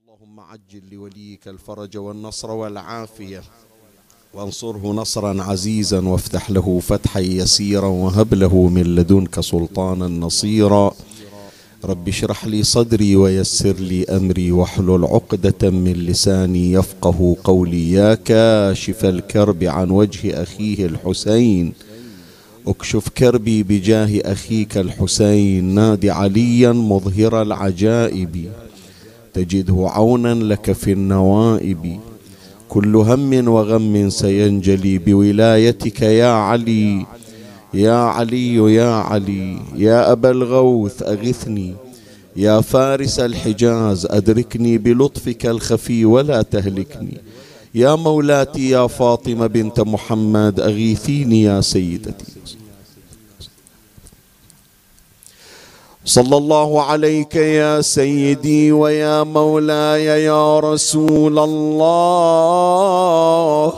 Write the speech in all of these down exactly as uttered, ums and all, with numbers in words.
اللهم عجل لوليك الفرج والنصر والعافية، وانصره نصرا عزيزا، وافتح له فتحا يسيرا، وهب له من لدنك سلطانا نصيرا. رب اشرح لي صدري ويسر لي أمري، واحلل عقدة من لساني يفقه قولي. يا كاشف الكرب عن وجه أخيه الحسين، اكشف كربي بجاه أخيك الحسين. نادي عليا مظهر العجائب، تجده عونا لك في النوائب. كل هم وغم سينجلي بولايتك يا علي، يا علي يا علي. يا أبا الغوث أغثني، يا فارس الحجاز أدركني بلطفك الخفي ولا تهلكني. يا مولاتي يا فاطمة بنت محمد أغيثيني يا سيدتي. صلى الله عليك يا سيدي ويا مولاي يا رسول الله.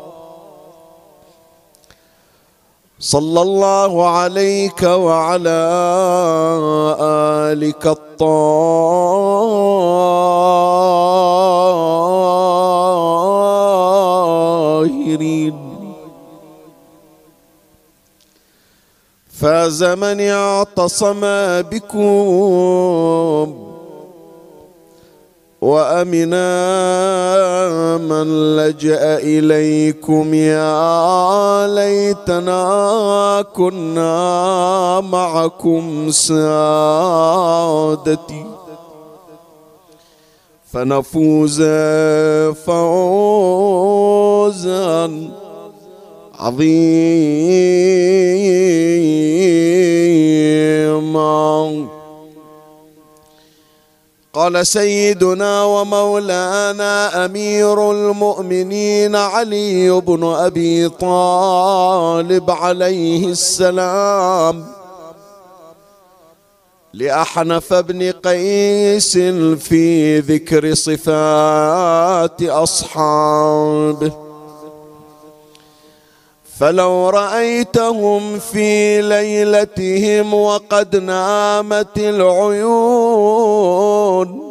صلى الله عليك وعلى آلك الطاهرين. فاز من اعتصم بكم، وأمنا من لجأ إليكم. يا ليتنا كنا معكم سادتي، فنفوز فوزا عظيما. قال سيدنا ومولانا أمير المؤمنين علي بن أبي طالب عليه السلام لأحنف بن قيس في ذكر صفات أصحابه: فلو رأيتهم في ليلتهم وقد نامت العيون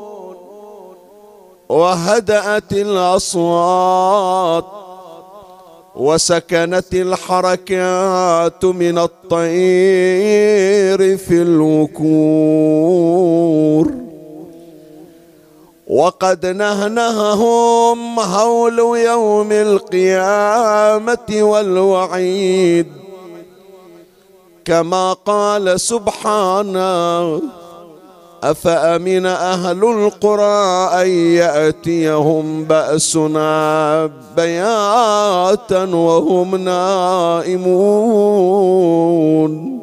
وهدأت الأصوات وسكنت الحركات من الطير في الوكور، وقد نهنههم هول يوم القيامة والوعيد، كما قال سبحانه: أفأمن أهل القرى أن يأتيهم بأسنا بياتا وهم نائمون،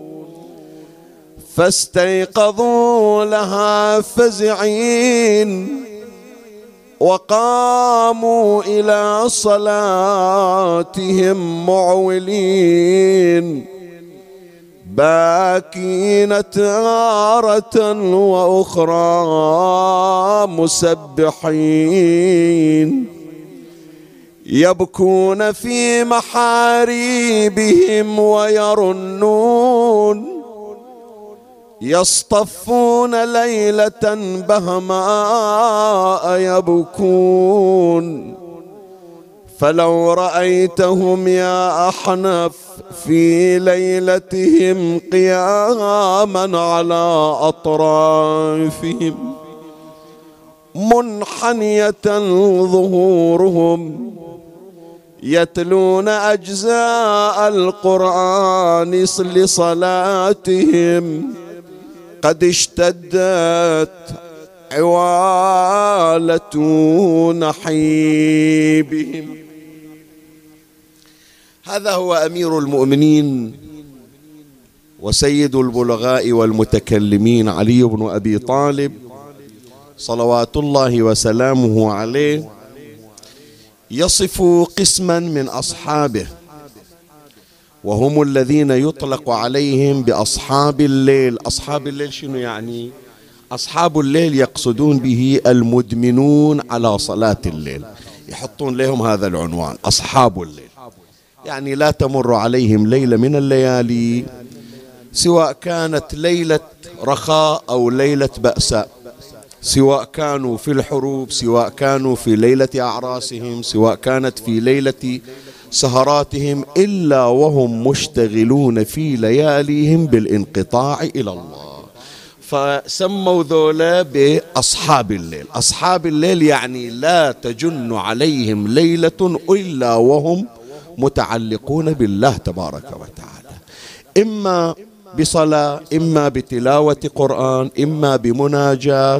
فاستيقظوا لها فزعين وقاموا إلى صلاتهم معولين، باكين تارة وأخرى مسبحين، يبكون في محاريبهم ويرنون، يصطفون ليلة بهماء يبكون. فلو رأيتهم يا أحنف في ليلتهم قياما على أطرافهم منحنية ظهورهم يتلون أجزاء القرآن لصلاتهم، قد اشتدت عوالة نحيبهم. هذا هو أمير المؤمنين وسيد البلغاء والمتكلمين علي بن أبي طالب صلوات الله وسلامه عليه، يصف قسما من أصحابه، وهم الذين يطلق عليهم بأصحاب الليل. أصحاب الليل شنو يعني؟ أصحاب الليل يقصدون به المدمنون على صلاة الليل، يحطون لهم هذا العنوان أصحاب الليل. يعني لا تمر عليهم ليلة من الليالي سواء كانت ليلة رخاء أو ليلة بأساء، سواء كانوا في الحروب، سواء كانوا في ليلة أعراسهم، سواء كانت في ليلة سهراتهم، إلا وهم مشتغلون في لياليهم بالانقطاع إلى الله. فسموا ذولا بأصحاب الليل. أصحاب الليل يعني لا تجن عليهم ليلة إلا وهم متعلقون بالله تبارك وتعالى، إما بصلاة، إما بتلاوة قرآن، إما بمناجاة.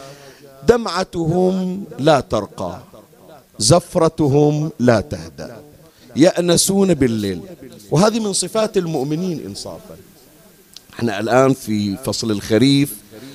دمعتهم لا ترقى، زفرتهم لا تهدأ، يأنسون بالليل. وهذه من صفات المؤمنين إنصافا. احنا الآن في فصل الخريف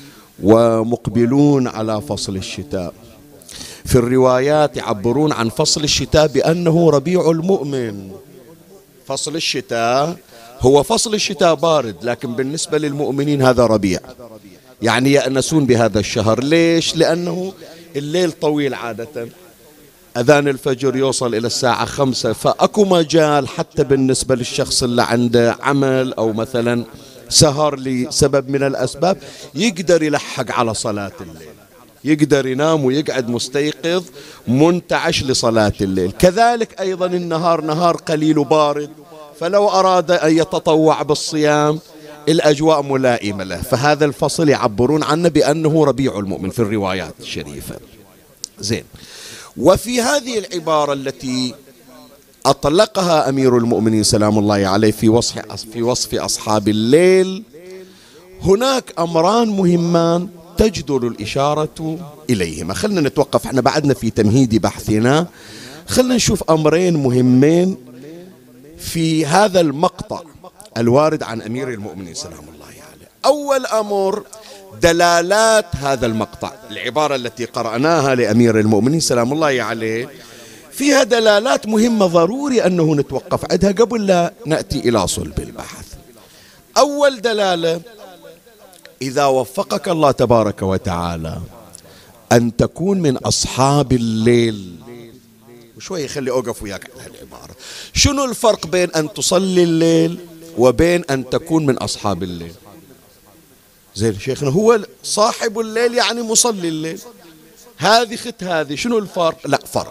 ومقبلون على فصل الشتاء. في الروايات يعبرون عن فصل الشتاء بأنه ربيع المؤمن. فصل الشتاء هو فصل الشتاء بارد، لكن بالنسبة للمؤمنين هذا ربيع، يعني يأنسون بهذا الشهر. ليش؟ لأنه الليل طويل عادة، أذان الفجر يوصل إلى الساعة خمسة، فأكو مجال حتى بالنسبة للشخص اللي عنده عمل أو مثلا سهر لسبب من الأسباب يقدر يلحق على صلاة الليل، يقدر ينام ويقعد مستيقظ منتعش لصلاة الليل. كذلك أيضا النهار نهار قليل وبارد، فلو أراد أن يتطوع بالصيام الأجواء ملائمة له. فهذا الفصل يعبرون عنه بأنه ربيع المؤمن في الروايات الشريفة. زين. وفي هذه العبارة التي أطلقها أمير المؤمنين سلام الله عليه في وصف في وصف أصحاب الليل، هناك أمران مهمان تجدر الإشارة إليهما. خلنا نتوقف، احنا بعدنا في تمهيد بحثنا، خلنا نشوف أمرين مهمين في هذا المقطع الوارد عن أمير المؤمنين سلام الله عليه. أول أمر دلالات هذا المقطع، العبارة التي قرأناها لأمير المؤمنين سلام الله عليه فيها دلالات مهمة ضروري أنه نتوقف عندها قبل لا نأتي إلى صلب البحث. أول دلالة، إذا وفقك الله تبارك وتعالى أن تكون من أصحاب الليل، وشوي خلي أوقف وياك على هالعبارة، شنو الفرق بين أن تصلي الليل وبين أن تكون من أصحاب الليل؟ زين شيخنا، هو صاحب الليل يعني مصلي الليل، هذه خت هذه، شنو الفرق؟ لا فرق.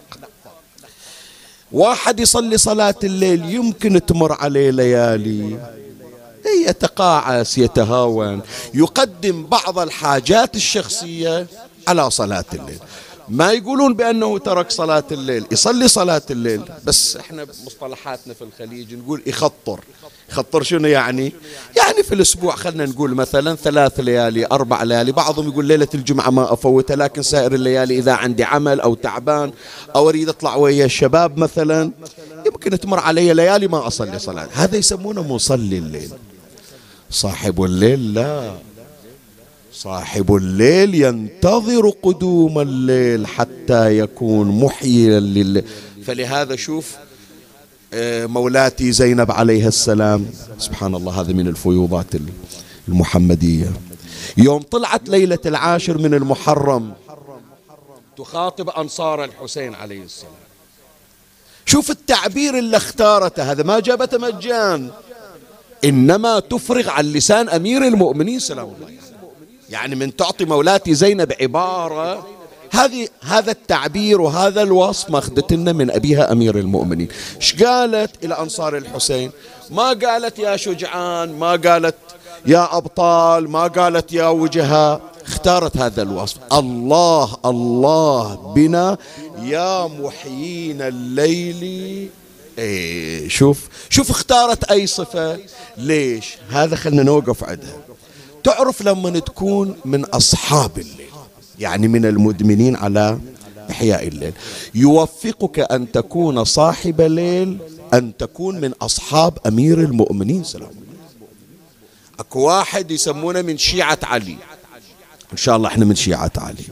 واحد يصلي صلاة الليل يمكن تمر عليه ليالي يتقاعس يتهاون، يقدم بعض الحاجات الشخصية على صلاة الليل. ما يقولون بأنه ترك صلاة الليل، يصلي صلاة الليل، بس احنا بمصطلحاتنا في الخليج نقول يخطر. يخطر شنو يعني؟ يعني في الأسبوع خلنا نقول مثلا ثلاث ليالي أربع ليالي، بعضهم يقول ليلة الجمعة ما أفوتها، لكن سائر الليالي إذا عندي عمل أو تعبان أو أريد أطلع ويا الشباب مثلا يمكن تمر علي ليالي ما أصلي صلاة، هذا يسمونه مصلي الليل. صاحب الليل لا، صاحب الليل ينتظر قدوم الليل حتى يكون محييا لليل. فلهذا شوف مولاتي زينب عليها السلام، سبحان الله، هذا من الفيوضات المحمدية، يوم طلعت ليلة العاشر من المحرم تخاطب أنصار الحسين عليه السلام. شوف التعبير اللي اختارته، هذا ما جابته مجان، إنما تفرغ عن لسان أمير المؤمنين سلام الله عليه. يعني من تعطي مولاتي زينب عبارة، هذه هذا التعبير وهذا الوصف ماخذتنا من أبيها أمير المؤمنين. ايش قالت إلى أنصار الحسين؟ ما قالت يا شجعان، ما قالت يا أبطال، ما قالت يا وجهاء، اختارت هذا الوصف، الله الله بنا يا محيين الليل. ايه شوف شوف اختارت أي صفة. ليش؟ هذا خلنا نوقف عندها. تعرف لما تكون من أصحاب الليل، يعني من المدمنين على إحياء الليل، يوفقك أن تكون صاحب ليل، أن تكون من أصحاب أمير المؤمنين سلام الله. أكو واحد يسمونه من شيعة علي، إن شاء الله إحنا من شيعة علي،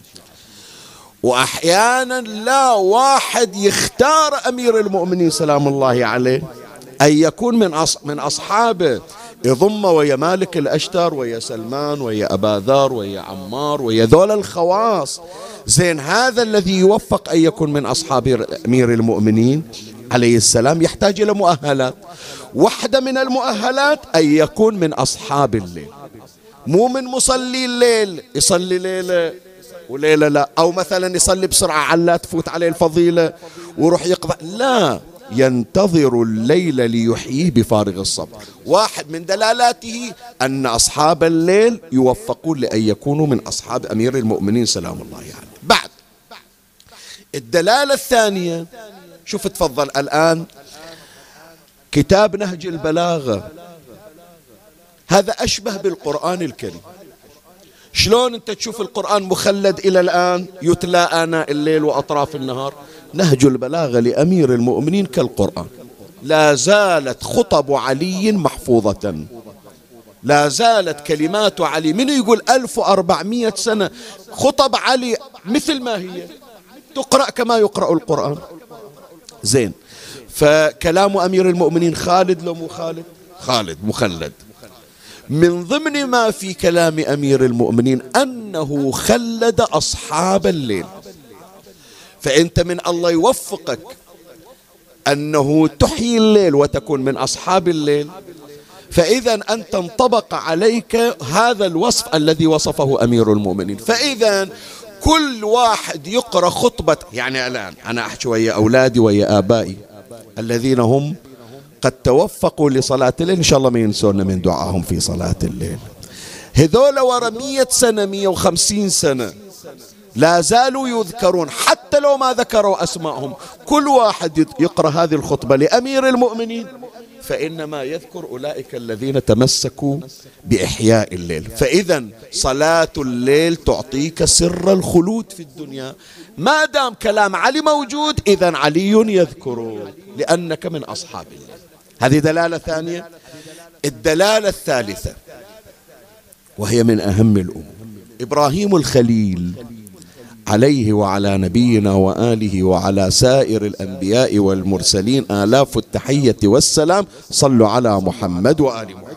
وأحيانا لا، واحد يختار أمير المؤمنين سلام الله عليه أن يكون من أص... من أصحابه، يضم ويا مالك الأشتر ويا سلمان ويا أبا ذر ويا عمار ويا ذول الخواص. زين هذا الذي يوفق أن يكون من أصحاب أمير المؤمنين عليه السلام يحتاج إلى مؤهلات. واحدة من المؤهلات أن يكون من أصحاب الليل، مو من مصلي الليل يصلي ليلة وليلة لا، أو مثلا يصلي بسرعة على تفوت عليه الفضيلة ويروح يقضى، لا، ينتظر الليل ليحييه بفارغ الصبر. واحد من دلالاته أن أصحاب الليل يوفقون لأن يكونوا من أصحاب أمير المؤمنين سلام الله عليه. يعني بعد الدلالة الثانية، شوف تفضل الآن كتاب نهج البلاغة، هذا أشبه بالقرآن الكريم. شلون أنت تشوف القرآن مخلد إلى الآن يتلى آناء الليل وأطراف النهار؟ نهج البلاغة لأمير المؤمنين كالقرآن، لا زالت خطب علي محفوظة، لا زالت كلمات علي. من يقول ألف وأربعمائة سنة خطب علي مثل ما هي تقرأ كما يقرأ القرآن. زين، فكلام أمير المؤمنين خالد لو مو خالد؟ خالد مخلد. من ضمن ما في كلام أمير المؤمنين أنه خلد أصحاب الليل، فأنت من الله يوفقك أنه تحيي الليل وتكون من أصحاب الليل، فإذا أنت انطبق عليك هذا الوصف الذي وصفه أمير المؤمنين. فإذا كل واحد يقرأ خطبة، يعني الآن أنا أحكي ويا أولادي ويا آبائي الذين هم قد توفقوا لصلاة الليل، إن شاء الله ما ينسونا من دعاهم في صلاة الليل. هذول ورا مية سنة مية وخمسين سنة لا زالوا يذكرون، حتى لو ما ذكروا أسماءهم. كل واحد يقرأ هذه الخطبة لأمير المؤمنين فإنما يذكر أولئك الذين تمسكوا بإحياء الليل. فإذا صلاة الليل تعطيك سر الخلود في الدنيا، ما دام كلام علي موجود إذن علي يذكره لأنك من أصحاب الليل. هذه دلالة ثانية. الدلالة الثالثة وهي من أهم الأمور، إبراهيم الخليل عليه وعلى نبينا وآله وعلى سائر الأنبياء والمرسلين آلاف التحية والسلام، صلوا على محمد وآل محمد.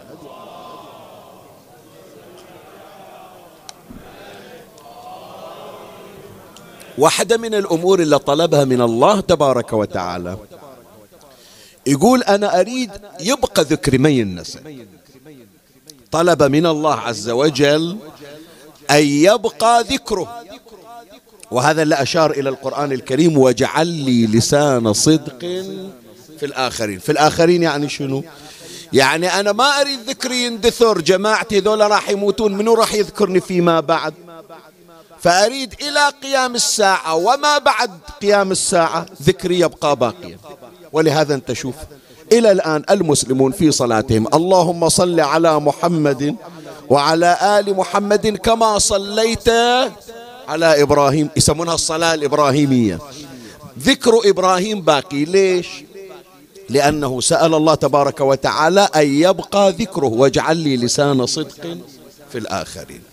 واحدة من الأمور اللي طلبها من الله تبارك وتعالى، يقول أنا أريد يبقى ذكر مي النسب. طلب من الله عز وجل أن يبقى ذكره، وهذا اللي أشار إلى القرآن الكريم: وجعل لي لسان صدق في الآخرين. في الآخرين يعني شنو؟ يعني أنا ما أريد ذكري يندثر، جماعتي ذولا راح يموتون، منو راح يذكرني فيما بعد؟ فأريد إلى قيام الساعة وما بعد قيام الساعة ذكري يبقى باقيا. ولهذا أنت شوف إلى الآن المسلمون في صلاتهم اللهم صل على محمد وعلى آل محمد كما صليت على إبراهيم، يسمونها الصلاة الإبراهيمية. ذكر إبراهيم باقي. ليش؟ لأنه سأل الله تبارك وتعالى أن يبقى ذكره، واجعل لي لسان صدق في الآخرين.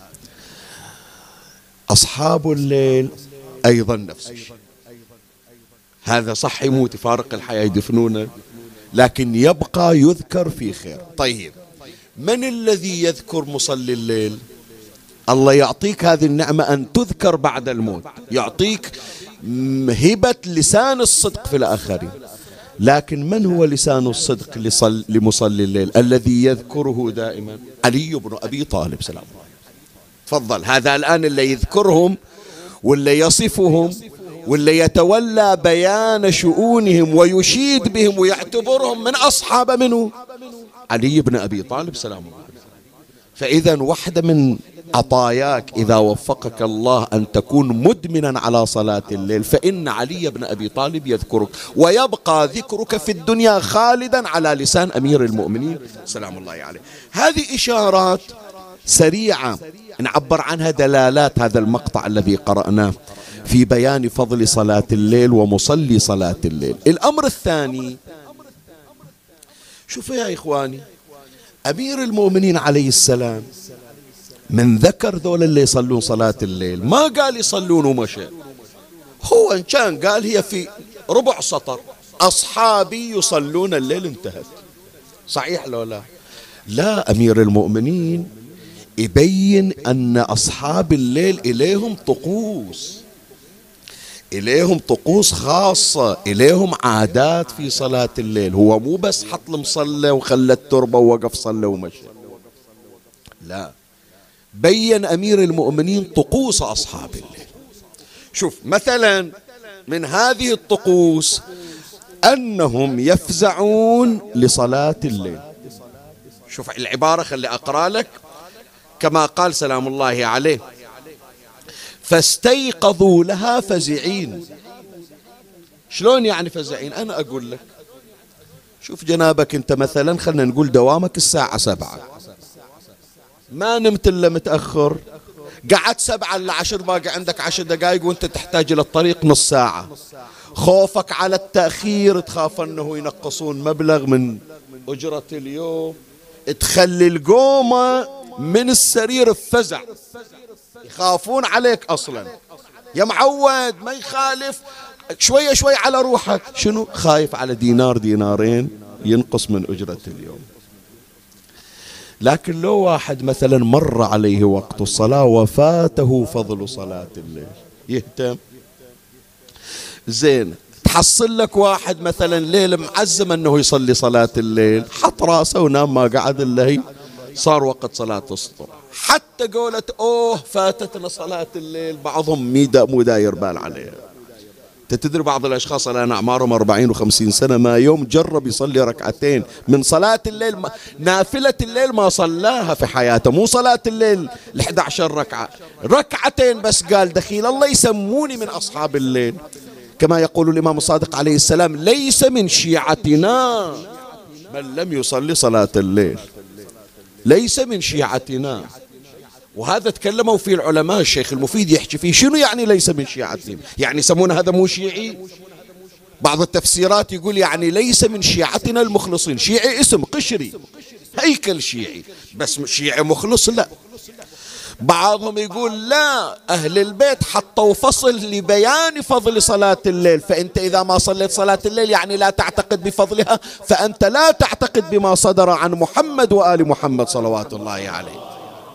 أصحاب الليل أيضا نفس الشيء، هذا صح يموت يفارق الحياة يدفنونه، لكن يبقى يذكر في خير. طيب، من الذي يذكر مصلي الليل؟ الله يعطيك هذه النعمة أن تذكر بعد الموت، يعطيك هبة لسان الصدق في الآخرين. لكن من هو لسان الصدق لمصلي الليل الذي يذكره دائما؟ علي بن أبي طالب سلام الله. تفضل، هذا الآن اللي يذكرهم واللي يصفهم واللي يتولى بيان شؤونهم ويشيد بهم ويعتبرهم من أصحاب منه علي بن أبي طالب سلام الله. فإذا واحدة من عطاياك إذا وفقك الله أن تكون مدمنا على صلاة الليل، فإن علي بن أبي طالب يذكرك، ويبقى ذكرك في الدنيا خالدا على لسان أمير المؤمنين سلام الله عليه. هذه إشارات سريعة نعبر عنها دلالات هذا المقطع الذي قرأناه في بيان فضل صلاة الليل ومصلي صلاة الليل. الأمر الثاني، شوفوا يا إخواني، أمير المؤمنين عليه السلام من ذكر ذول اللي يصلون صلاة الليل، ما قال يصلون ومشى، هو إن كان قال هي في ربع سطر: أصحابي يصلون الليل، انتهت. صحيح لو لا؟ لا، أمير المؤمنين يبين أن أصحاب الليل إليهم طقوس، إليهم طقوس خاصة، إليهم عادات في صلاة الليل. هو مو بس حط المصلى وخلى التربة ووقف صلى ومشى، لا، بين أمير المؤمنين طقوس أصحاب الليل. شوف مثلا من هذه الطقوس أنهم يفزعون لصلاة الليل. شوف العبارة، خلي أقرأ لك كما قال سلام الله عليه: فاستيقظوا لها فزعين. شلون يعني فزعين؟ أنا أقول لك، شوف جنابك أنت مثلا، خلنا نقول دوامك الساعة سبعة، ما نمت إلا متأخر، قعدت سبعة إلا عشر، باقي عندك عشر دقائق وأنت تحتاج إلى الطريق نص ساعة، خوفك على التأخير، تخاف أنه ينقصون مبلغ من أجرة اليوم، تخلي القومة من السرير بفزع، يخافون عليك أصلا. يا معود ما يخالف، شوية شوية على روحك، شنو خايف على دينار دينارين ينقص من أجرة اليوم. لكن لو واحد مثلا مر عليه وقت الصلاة وفاته فضل صلاة الليل، يهتم؟ زين، تحصل لك واحد مثلا ليلة معزم أنه يصلي صلاة الليل، حط راسه ونام، ما قعد إلا هي صار وقت صلاة الصبح، حتى قولت أوه فاتتنا صلاة الليل بعضهم ميدا مو داير بال عليها. تدري بعض الأشخاص الآن أعمارهم أربعين وخمسين سنة ما يوم جرب يصلي ركعتين من صلاة الليل، ما نافلة الليل ما صلاها في حياته، مو صلاة الليل الأحد عشر ركعة، ركعتين بس. قال دخيل الله يسموني من أصحاب الليل، كما يقول الإمام الصادق عليه السلام: ليس من شيعتنا من لم يصلي صلاة الليل، ليس من شيعتنا. وهذا تكلموا فيه العلماء، الشيخ المفيد يحكي فيه، شنو يعني ليس من شيعتهم؟ يعني يسمون هذا مو شيعي؟ بعض التفسيرات يقول يعني ليس من شيعتنا المخلصين. شيعي اسم قشري، هيكل شيعي، بس شيعي مخلص لا. بعضهم يقول لا، أهل البيت حطوا فصل لبيان فضل صلاة الليل، فأنت إذا ما صليت صلاة الليل يعني لا تعتقد بفضلها، فأنت لا تعتقد بما صدر عن محمد وآل محمد صلوات الله عليه.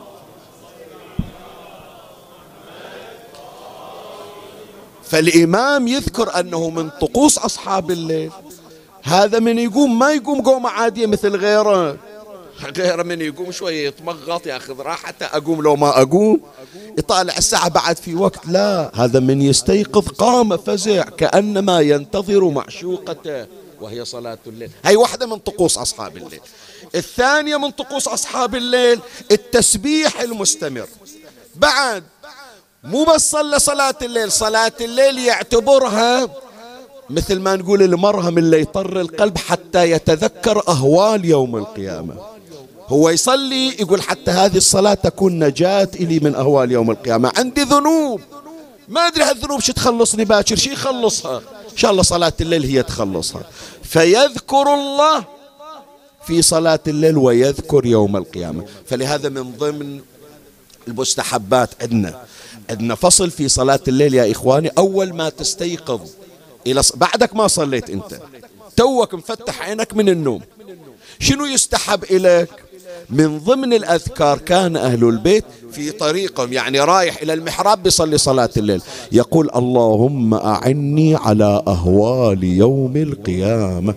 فالإمام يذكر أنه من طقوس أصحاب الليل. هذا من يقوم ما يقوم قومة عادية مثل غيره، غيره من يقوم شوية يتمغط ياخذ راحته، أقوم لو ما أقوم يطالع الساعة بعد في وقت، لا، هذا من يستيقظ قام فزع كأنما ينتظر معشوقته وهي صلاة الليل. هي واحدة من طقوس أصحاب الليل. الثانية من طقوس أصحاب الليل التسبيح المستمر. بعد مو بس صلى صلاة الليل، صلاة الليل يعتبرها مثل ما نقول المرهم اللي يطر القلب حتى يتذكر أهوال يوم القيامة. هو يصلي يقول حتى هذه الصلاة تكون نجاة إلي من أهوال يوم القيامة، عندي ذنوب ما أدري هالذنوب شو تخلصني باكر، شي يخلصها، إن شاء الله صلاة الليل هي تخلصها. فيذكر الله في صلاة الليل ويذكر يوم القيامة. فلهذا من ضمن المستحبات عندنا عندنا فصل في صلاة الليل يا إخواني، أول ما تستيقظ إلى ص... بعدك ما صليت أنت، توك مفتح عينك من النوم، شنو يستحب إليك؟ من ضمن الأذكار كان أهل البيت في طريقهم يعني رايح إلى المحراب بيصلي صلاة الليل يقول: اللهم أعني على أهوال يوم القيامة.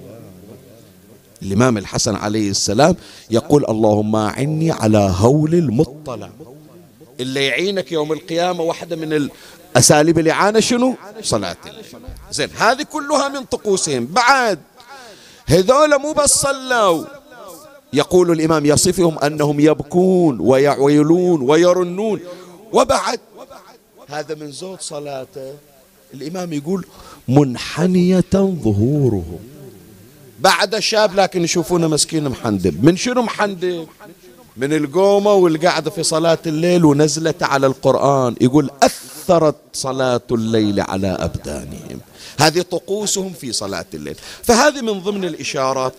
الإمام الحسن عليه السلام يقول: اللهم أعني على هول المطلع. اللي يعينك يوم القيامة واحدة من أساليب الإعانة شنو؟ صلاة الليل. زين، هذه كلها من طقوسهم. بعد هذول مو بس صلوا، يقول الإمام يصفهم أنهم يبكون ويعويلون ويرنون. وبعد هذا من زود صلاته الإمام يقول: منحنية ظهورهم. بعد شاب لكن يشوفونه مسكين محندب. من شنو محندب؟ من القومة والقعدة في صلاة الليل ونزلة على القرآن. يقول: أثرت صلاة الليل على أبدانهم. هذه طقوسهم في صلاة الليل. فهذه من ضمن الإشارات.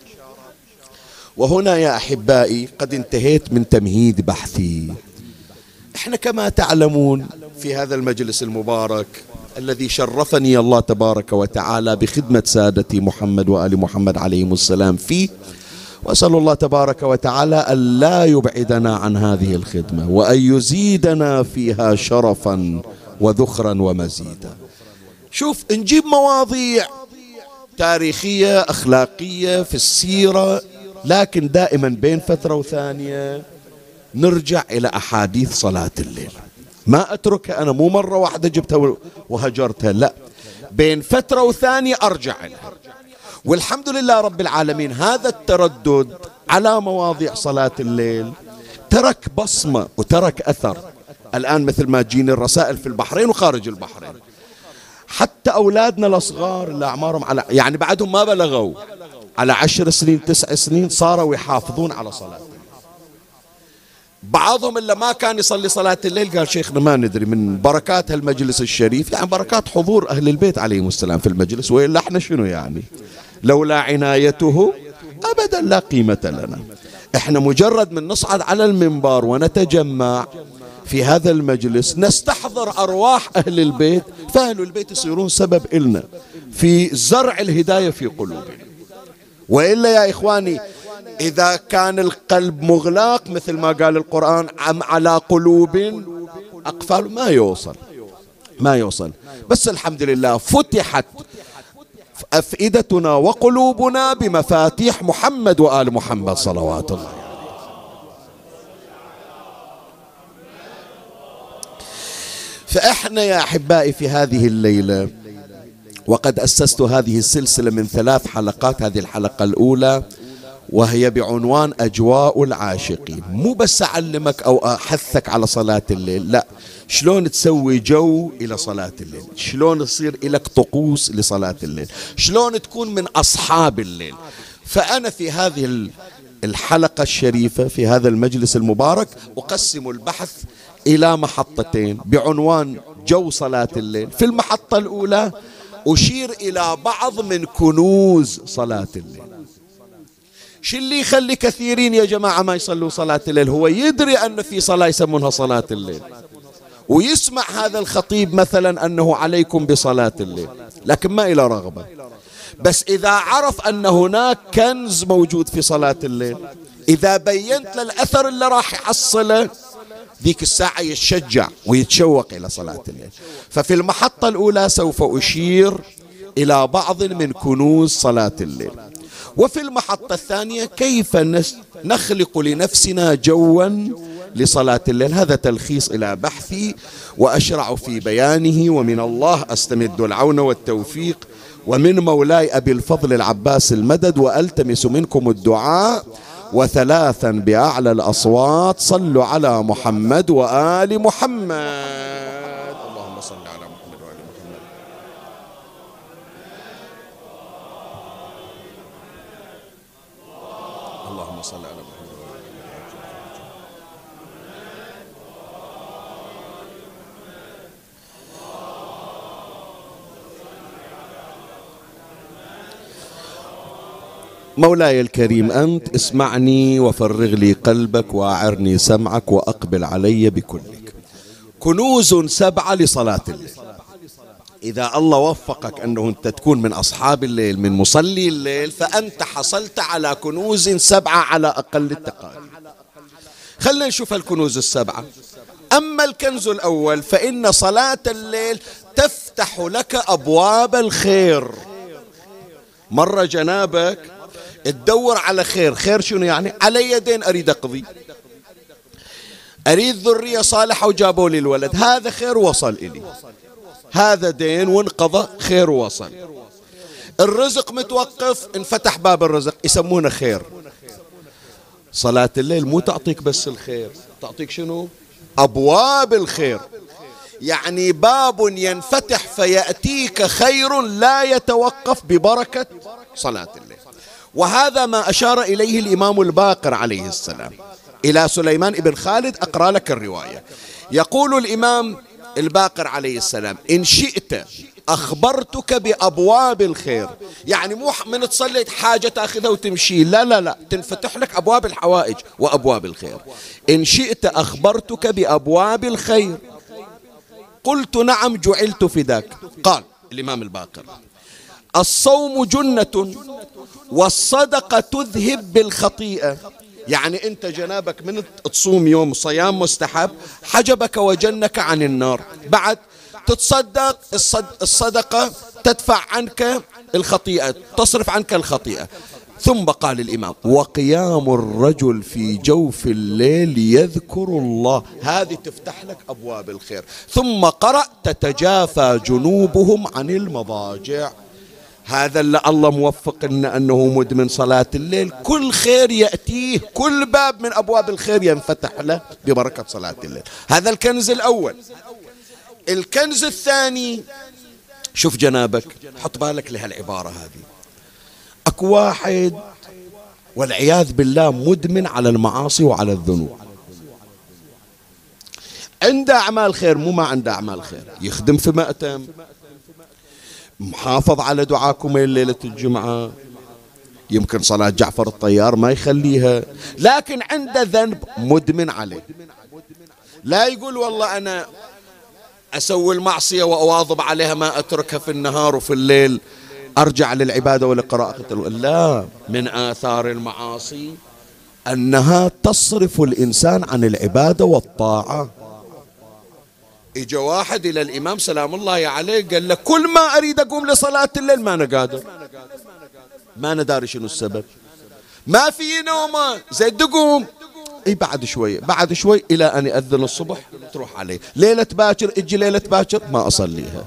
وهنا يا أحبائي قد انتهيت من تمهيد بحثي. احنا كما تعلمون في هذا المجلس المبارك الذي شرفني الله تبارك وتعالى بخدمة سادتي محمد وآل محمد عليهم السلام فيه، وأسأل الله تبارك وتعالى أن لا يبعدنا عن هذه الخدمة وأن يزيدنا فيها شرفا وذخرا ومزيدا. شوف، نجيب مواضيع تاريخية أخلاقية في السيرة، لكن دائما بين فترة وثانية نرجع إلى أحاديث صلاة الليل، ما أتركها أنا مو مرة واحدة جبتها وهجرتها، لا، بين فترة وثانية أرجع لها. والحمد لله رب العالمين هذا التردد على مواضيع صلاة الليل ترك بصمة وترك أثر. الآن مثل ما تجيني الرسائل في البحرين وخارج البحرين، حتى أولادنا الأصغار اللي أعمارهم على يعني بعدهم ما بلغوا على عشر سنين تسع سنين صاروا يحافظون على صلاة. بعضهم اللي ما كان يصلي صلاة الليل قال شيخنا ما ندري من بركات هالمجلس الشريف، يعني بركات حضور أهل البيت عليهم السلام في المجلس، وإلا احنا شنو يعني لولا عنايته أبدا لا قيمة لنا. احنا مجرد من نصعد على المنبر ونتجمع في هذا المجلس نستحضر أرواح أهل البيت، فأهل البيت يصيرون سبب إلنا في زرع الهداية في قلوبنا. وإلا يا إخواني إذا كان القلب مغلاق مثل ما قال القرآن أم على قلوب أقفال ما يوصل ما يوصل. بس الحمد لله فتحت أفئدتنا وقلوبنا بمفاتيح محمد وآل محمد صلوات الله. فإحنا يا أحبائي في هذه الليلة، وقد أسست هذه السلسلة من ثلاث حلقات، هذه الحلقة الأولى وهي بعنوان أجواء العاشقين، مو بس أعلمك أو أحثك على صلاة الليل، لا، شلون تسوي جو إلى صلاة الليل، شلون يصير إلك طقوس لصلاة الليل، شلون تكون من أصحاب الليل. فأنا في هذه الحلقة الشريفة في هذا المجلس المبارك أقسم البحث إلى محطتين بعنوان جو صلاة الليل. في المحطة الأولى أشير إلى بعض من كنوز صلاة الليل. شو اللي يخلي كثيرين يا جماعة ما يصلوا صلاة الليل؟ هو يدري أن في صلاة يسمونها صلاة الليل، ويسمع هذا الخطيب مثلا أنه عليكم بصلاة الليل، لكن ما إلى رغبة. بس إذا عرف أن هناك كنز موجود في صلاة الليل، إذا بينت له الأثر اللي راح يحصله، ذيك الساعة يتشجع ويتشوق إلى صلاة الليل. ففي المحطة الأولى سوف أشير إلى بعض من كنوز صلاة الليل، وفي المحطة الثانية كيف نخلق لنفسنا جوا لصلاة الليل. هذا تلخيص إلى بحثي وأشرع في بيانه، ومن الله أستمد العون والتوفيق، ومن مولاي أبي الفضل العباس المدد، وألتمس منكم الدعاء. وثلاثا بأعلى الأصوات صلوا على محمد وآل محمد. اللهم صل على محمد وآل محمد. اللهم صل على محمد وآل محمد. مولاي الكريم أنت اسمعني وفرغ لي قلبك وأعرني سمعك وأقبل علي بكلك. كنوز سبعة لصلاة الليل. إذا الله وفقك أنه أنت تكون من أصحاب الليل، من مصلي الليل، فأنت حصلت على كنوز سبعة على أقل التقارير. خلنا نشوف الكنوز السبعة. أما الكنز الأول فإن صلاة الليل تفتح لك أبواب الخير. مرة جنابك تدور على خير، خير شنو يعني؟ علي يدين أريد أقضي، أريد ذرية صالحة وجابوا لي الولد، هذا خير وصل إلي، هذا دين وانقضى خير وصل. الرزق متوقف انفتح باب الرزق، يسمونه خير. صلاة الليل مو تعطيك بس الخير، تعطيك شنو؟ أبواب الخير، يعني باب ينفتح فيأتيك خير لا يتوقف ببركة صلاة الليل. وهذا ما أشار إليه الإمام الباقر عليه السلام إلى سليمان بن خالد. أقرأ لك الرواية. يقول الإمام الباقر عليه السلام: إن شئت أخبرتك بأبواب الخير، يعني مو من تصلي حاجة تأخذها وتمشي، لا لا لا، تنفتح لك أبواب الحوائج وأبواب الخير. إن شئت أخبرتك بأبواب الخير. قلت نعم جعلت فداك. قال الإمام الباقر: الصوم جنة والصدقة تذهب بالخطيئة. يعني أنت جنابك من تصوم يوم صيام مستحب حجبك وجنك عن النار، بعد تتصدق، الصدقة تدفع عنك الخطيئة، تصرف عنك الخطيئة. ثم قال الإمام: وقيام الرجل في جوف الليل يذكر الله، هذه تفتح لك أبواب الخير. ثم قرأ: تتجافى جنوبهم عن المضاجع، هذا اللي الله موفق إنه أنه مدمن صلاة الليل، كل خير يأتيه، كل باب من أبواب الخير ينفتح له ببركة صلاة الليل. هذا الكنز الأول. الكنز الثاني، شوف جنابك، حط بالك لهالعبارة هذه. أكو واحد والعياذ بالله مدمن على المعاصي وعلى الذنوب، عنده أعمال خير مو ما عنده أعمال خير، يخدم في مأتم، محافظ على دعاكم ليلة الجمعة، يمكن صلاة جعفر الطيار ما يخليها، لكن عنده ذنب مدمن عليه. لا يقول والله أنا أسوي المعصية وأواظب عليها ما أتركها في النهار وفي الليل أرجع للعبادة ولقراءة، لا، من آثار المعاصي أنها تصرف الإنسان عن العبادة والطاعة. إجا واحد إلى الإمام سلام الله عليه قال له: كل ما أريد أقوم لصلاة الليل ما أنا قادر، ما أنا داري شنو السبب، ما في نومة، زين تقوم، اي بعد شوي بعد شوي إلى أن يأذن الصبح تروح عليه، ليلة باكر اجي ليلة باكر ما أصليها.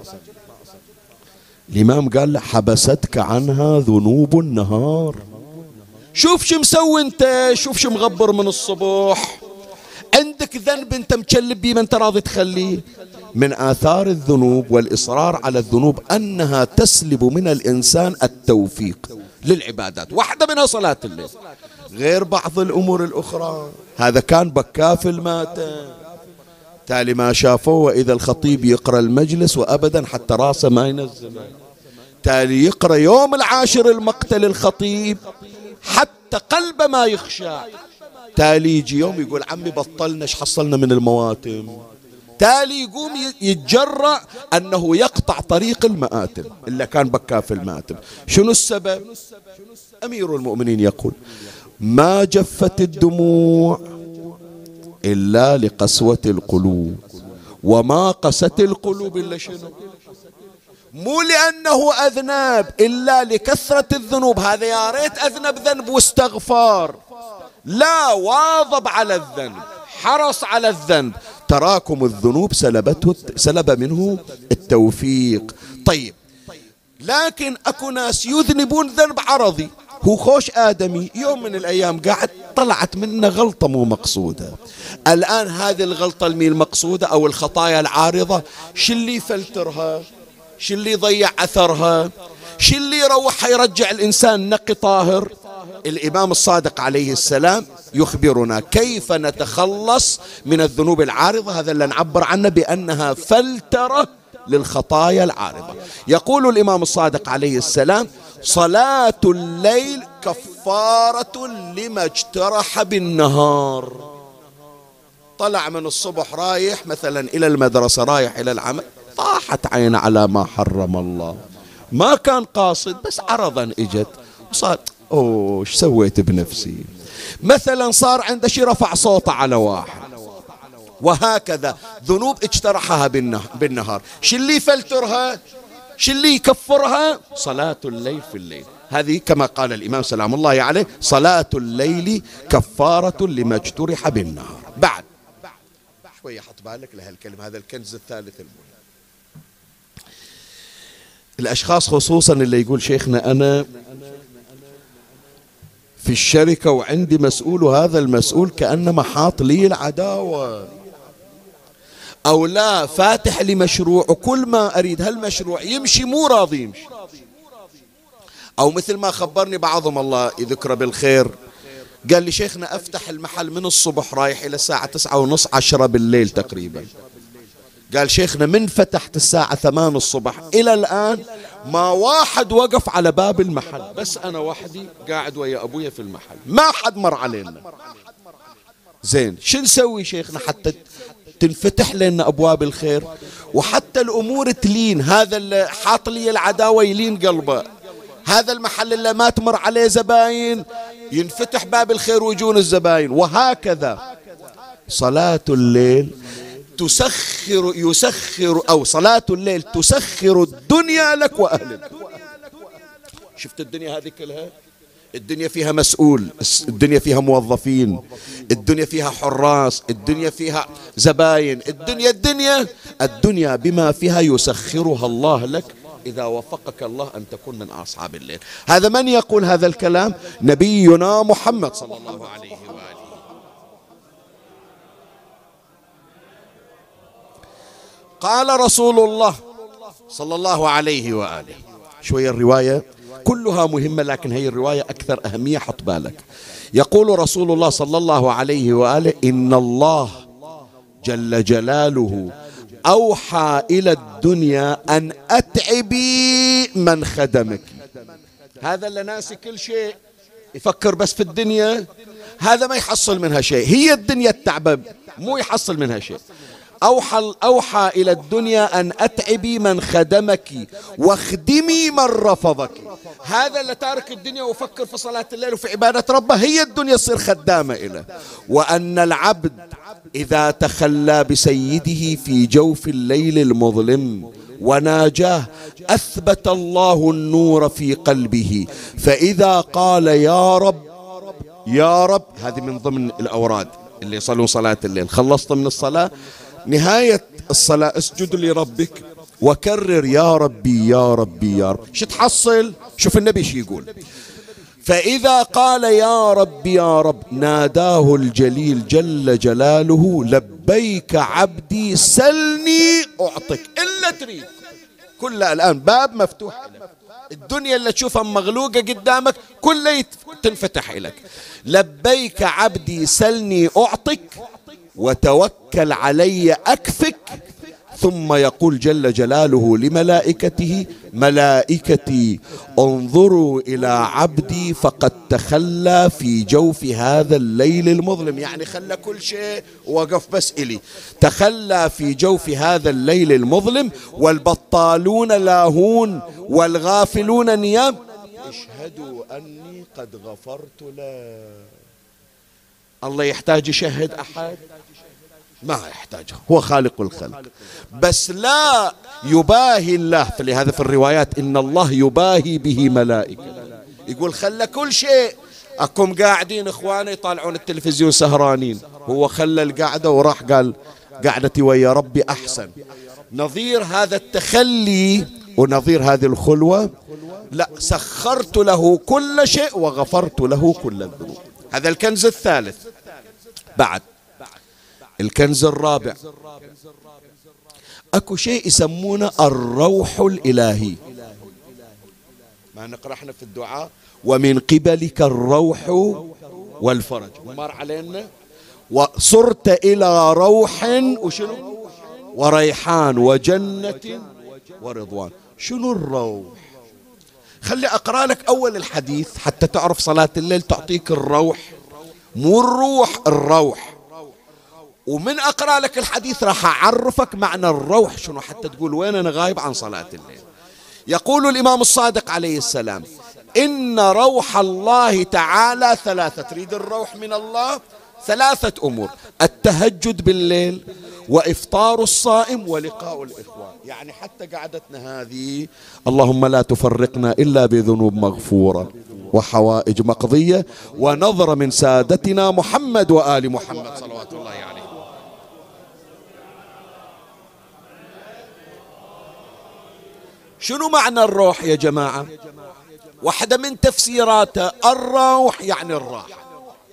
الإمام قال له: حبستك عنها ذنوب النهار. شوف شو مسوي انت، شوف شو مغبر من الصبح، عندك ذنب انت مكلب بيه ما انت راضي تخليه. من آثار الذنوب والإصرار على الذنوب أنها تسلب من الإنسان التوفيق للعبادات، واحدة منها صلاة الليل، غير بعض الأمور الأخرى. هذا كان بكاف الماتم، تالي ما شافوه وإذا الخطيب يقرأ المجلس وأبدا حتى راسه ما ينزل، تالي يقرأ يوم العاشر المقتل الخطيب حتى قلبه ما يخشى، تالي يجي يوم يقول: عمي بطلنا ايش حصلنا من المواتم، تالي يقوم يتجرأ أنه يقطع طريق المآتم إلا كان بكاف المآتم. شنو السبب؟ أمير المؤمنين يقول: ما جفت الدموع إلا لقسوة القلوب، وما قست القلوب إلا شنو؟ مو لأنه أذنب إلا لكثرة الذنوب، هذا يا ريت أذنب ذنب واستغفار، لا، واظب على الذنب، حرص على الذنب، تراكم الذنوب سلبته سلب منه التوفيق. طيب، لكن أكو ناس يذنبون ذنب عرضي، هو خوش آدمي، يوم من الأيام قاعد طلعت منه غلطة مو مقصودة، الآن هذه الغلطة المي المقصودة أو الخطايا العارضة شو اللي يفلترها، شو اللي يضيع أثرها، شو اللي يروح يرجع الإنسان نقي طاهر؟ الإمام الصادق عليه السلام يخبرنا كيف نتخلص من الذنوب العارضة، هذا اللي نعبر عنه بأنها فلترة للخطايا العارضة. يقول الإمام الصادق عليه السلام: صلاة الليل كفارة لما اجترح بالنهار. طلع من الصبح رايح مثلا إلى المدرسة، رايح إلى العمل، طاحت عين على ما حرم الله، ما كان قاصد بس عرضا اجت وصار اوه ايش سويت بنفسي، مثلا صار عنده شي رفع صوته على واحد، وهكذا ذنوب اجترحها بالنهار. شو اللي يفلترها، شو اللي يكفرها؟ صلاة الليل في الليل. هذه كما قال الإمام سلام الله عليه: صلاة الليل كفارة لما اجترح بالنهار. بعد شوية حط بالك لهالكلمة، هذا الكنز الثالث المهم. الأشخاص خصوصا اللي يقول: شيخنا أنا في الشركة وعندي مسؤول وهذا المسؤول كأنما حاط لي العداوة، أو لا فاتح لي مشروع وكل ما أريد هالمشروع يمشي مو راضي يمشي، أو مثل ما خبرني بعضهم الله يذكره بالخير، قال لي: شيخنا أفتح المحل من الصبح رايح إلى الساعة تسعة ونص عشرة بالليل تقريبا، قال شيخنا من فتحت الساعة ثمان الصبح إلى الآن ما واحد وقف على باب المحل، بس أنا وحدي قاعد ويا أبويا في المحل، ما حد مر علينا. زين شو نسوي شيخنا حتى تنفتح لنا أبواب الخير وحتى الأمور تلين؟ هذا اللي حاط لي العداوة يلين قلبه، هذا المحل اللي ما تمر عليه زباين ينفتح باب الخير ويجون الزباين، وهكذا. صلاة الليل تسخر يسخر أو صلاة الليل تسخر الدنيا لك وأهلك. شفت الدنيا هذه كلها الدنيا فيها مسؤول، الدنيا فيها موظفين، الدنيا فيها حراس، الدنيا فيها زباين، الدنيا الدنيا الدنيا بما فيها يسخرها الله لك إذا وفقك الله أن تكون من أصحاب الليل. هذا من يقول هذا الكلام؟ نبينا محمد صلى الله عليه وآله. قال رسول الله صلى الله عليه وآله. شوية الرواية كلها مهمة، لكن هي الرواية أكثر أهمية، حط بالك. يقول رسول الله صلى الله عليه وآله: إن الله جل جلاله أوحى إلى الدنيا أن أتعبي من خدمك. هذا اللي ناسي كل شيء، يفكر بس في الدنيا، هذا ما يحصل منها شيء. هي الدنيا التعبة مو يحصل منها شيء. أوحى, أوحى إلى الدنيا أن أتعبي من خدمك واخدمي من رفضك. هذا اللي تارك الدنيا وفكر في صلاة الليل وفي عبادة ربه، هي الدنيا تصير خدامة إله. وأن العبد إذا تخلى بسيده في جوف الليل المظلم وناجاه أثبت الله النور في قلبه، فإذا قال يا رب يا رب، هذه من ضمن الأوراد اللي يصلون صلاة الليل. خلصت من الصلاة، نهاية الصلاة اسجد لربك وكرر يا ربي يا ربي يا رب. شو تحصل؟ شوف النبي شو يقول: فإذا قال يا رب يا رب ناداه الجليل جل جلاله: لبيك عبدي سلني أعطك. إلا تريد كلها الآن باب مفتوح لك، الدنيا اللي تشوفها مغلوقة قدامك كلها تنفتح لك. لبيك عبدي سلني أعطك وتوكل علي أكفك. ثم يقول جل جلاله لملائكته: ملائكتي انظروا إلى عبدي فقد تخلى في جوف هذا الليل المظلم. يعني خلى كل شيء ووقف بس إلي، تخلى في جوف هذا الليل المظلم. والبطالون لاهون والغافلون نيام اشهدوا أني قد غفرت له. الله يحتاج يشهد أحد؟ ما يحتاجه، هو خالق الخلق. بس لا يباهي الله، فلهذا في الروايات إن الله يباهي به ملائكة. يقول خلى كل شيء، أكم قاعدين إخواني يطالعون التلفزيون سهرانين، هو خلى القعدة وراح قال قعدتي ويا ربي أحسن. نظير هذا التخلي ونظير هذه الخلوة، لا، سخرت له كل شيء وغفرت له كل الذنوب. هذا الكنز الثالث. بعد الكنز الرابع، اكو شيء يسمونه الروح الإلهي. ما نقرأ احنا في الدعاء: ومن قبلك الروح والفرج. مر علينا وصرت إلى روح وشنو وريحان وجنة ورضوان. شنو الروح؟ خلي أقرأ لك أول الحديث حتى تعرف صلاة الليل تعطيك الروح، مو الروح، الروح. ومن أقرأ لك الحديث راح أعرفك معنى الروح شنو، حتى تقول وين أنا غايب عن صلاة الليل. يقول الإمام الصادق عليه السلام: إن روح الله تعالى ثلاثة. تريد الروح من الله؟ ثلاثة أمور: التهجد بالليل، وإفطار الصائم، ولقاء الإخوان. يعني حتى قعدتنا هذه اللهم لا تفرقنا إلا بذنوب مغفورة وحوائج مقضية ونظر من سادتنا محمد وآل محمد صلوات الله عليه. شنو معنى الروح يا جماعة؟ واحدة من تفسيراته الروح يعني الراحة.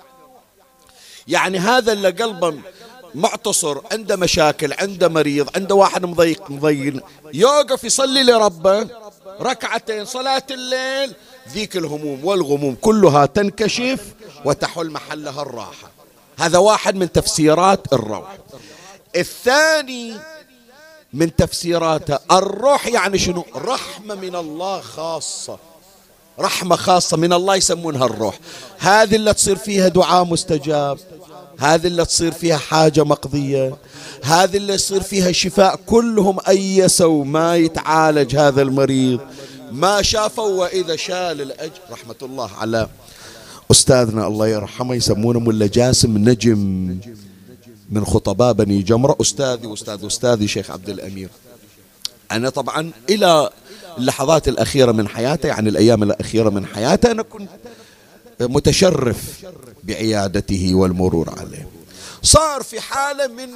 يعني هذا اللي قلبه معتصر، عنده مشاكل، عنده مريض، عنده واحد مضيق مضيق، يوقف يصلي لربه ركعتين صلاة الليل، ذيك الهموم والغموم كلها تنكشف وتحل محلها الراحة. هذا واحد من تفسيرات الروح. الثاني من تفسيراته الروح يعني شنو؟ رحمة من الله خاصة، رحمة خاصة من الله يسمونها الروح. هذه اللي تصير فيها دعاء مستجاب، هذه اللي تصير فيها حاجة مقضية، هذه اللي يصير فيها شفاء. كلهم أيسوا ما يتعالج هذا المريض، ما شافوا وإذا شال الأجر. رحمة الله على أستاذنا الله يرحمه، يسمونه ملا جاسم نجم من خطباء بني جمرة، أستاذي وأستاذ أستاذي شيخ عبد الأمير. أنا طبعا إلى اللحظات الأخيرة من حياته، يعني الأيام الأخيرة من حياته، أنا كنت متشرف بعيادته والمرور عليه. صار في حالة من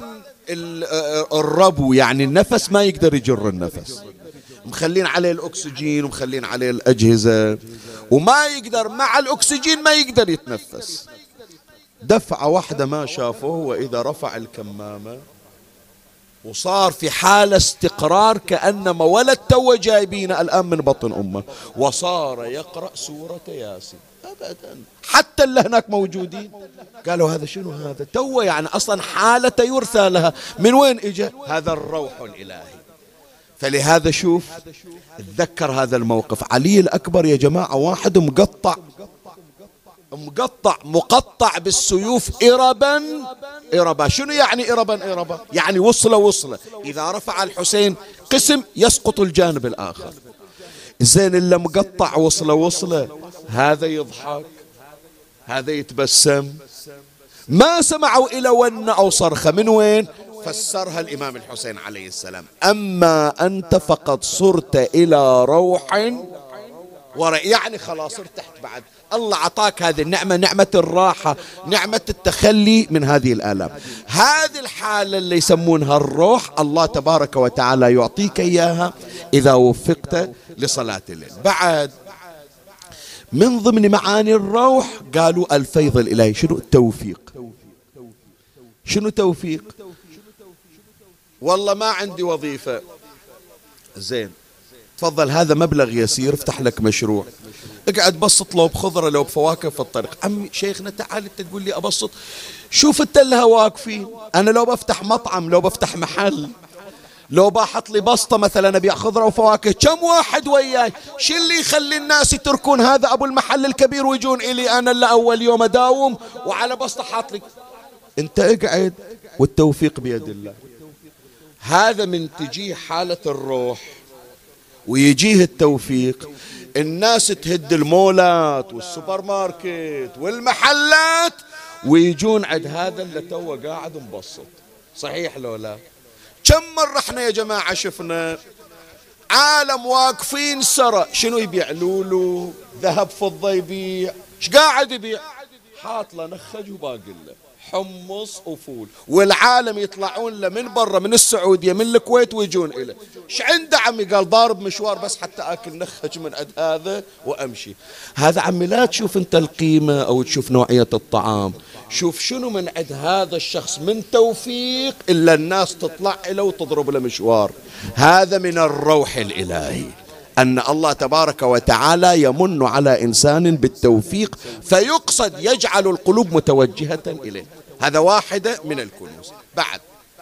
الربو، يعني النفس ما يقدر يجر النفس، مخلين عليه الأكسجين ومخلين عليه الأجهزة وما يقدر، مع الأكسجين ما يقدر يتنفس. دفعة واحدة ما شافه وإذا رفع الكمامة وصار في حالة استقرار كأنما ولد تو جايبينه الآن من بطن أمه، وصار يقرأ سورة ياسين أبدا. حتى اللي هناك موجودين قالوا هذا شنو هذا تو، يعني أصلا حالة يرثى لها، من وين إجا؟ هذا الروح الإلهي. فلهذا شوف اتذكر هذا الموقف. علي الأكبر يا جماعة واحد مقطع مقطع مقطع بالسيوف إربا إربا. شنو يعني إربا إربا؟ يعني وصله وصله، إذا رفع الحسين قسم يسقط الجانب الآخر. زين اللي مقطع وصله وصله، هذا يضحك هذا يتبسم. ما سمعوا إلى ون أو صرخة. من وين؟ فسرها الإمام الحسين عليه السلام: أما أنت فقد صرت إلى روح ورا، يعني خلاص ارتحت بعد، الله عطاك هذه النعمة، نعمة الراحة، نعمة التخلي من هذه الآلام. هذه الحالة اللي يسمونها الروح، الله تبارك وتعالى يعطيك إياها إذا وفقت لصلاة الليل. بعد من ضمن معاني الروح قالوا الفيض الإلهي. شنو التوفيق؟ شنو توفيق؟ والله ما عندي وظيفة، زين تفضل هذا مبلغ يسير افتح لك مشروع، اقعد بسط لو بخضرة لو بفواكه في الطريق. عمي شيخنا تعال انت تقول لي ابسط، شوف انت لها واقفين. انا لو بفتح مطعم، لو بفتح محل، لو باحط لي بسطة مثلا ابيع خضرة وفواكه، كم واحد وياي؟ شو اللي يخلي الناس يتركون هذا ابو المحل الكبير ويجون الي انا اللي اول يوم اداوم وعلى بسطة حاط لي؟ انت اقعد والتوفيق بيد الله. هذا من تجيه حالة الروح ويجيه التوفيق، الناس تهد المولات والسوبر ماركت والمحلات ويجون عند هذا اللي توه قاعد مبسط. صحيح لو لا؟ كم مرة احنا يا جماعة شفنا عالم واقفين سرى، شنو يبيع؟ لولو، ذهب، فضة يبيع. ايش قاعد يبيع؟ حاط له نخج وباقي له حمص وفول، والعالم يطلعون له من برا من السعودية من الكويت ويجون إليه. ايش عنده عمي؟ قال ضارب مشوار بس حتى آكل نخج من عند هذا وأمشي. هذا عمي لا تشوف أنت القيمة أو تشوف نوعية الطعام، شوف شنو من عند هذا الشخص من توفيق إلا الناس تطلع له وتضرب له مشوار. هذا من الروح الإلهي، أن الله تبارك وتعالى يمن على إنسان بالتوفيق فيقصد يجعل القلوب متوجهة إليه. هذا واحدة من الكنوز. بعد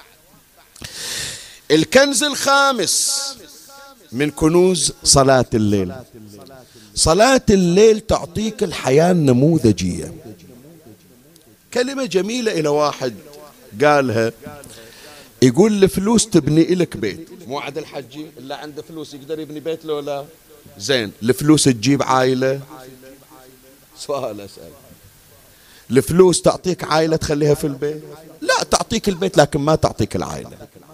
الكنز الخامس من كنوز صلاة الليل. صلاة الليل تعطيك الحياة النموذجية. كلمة جميلة إلى واحد قالها، يقول الفلوس تبني لك بيت. مو عاد الحجي اللي عنده فلوس يقدر يبني بيت لو لا؟ زين الفلوس تجيب عائلة؟ سؤال أسأل، الفلوس تعطيك عائلة تخليها في البيت؟ لا، تعطيك البيت لكن ما تعطيك العائلة.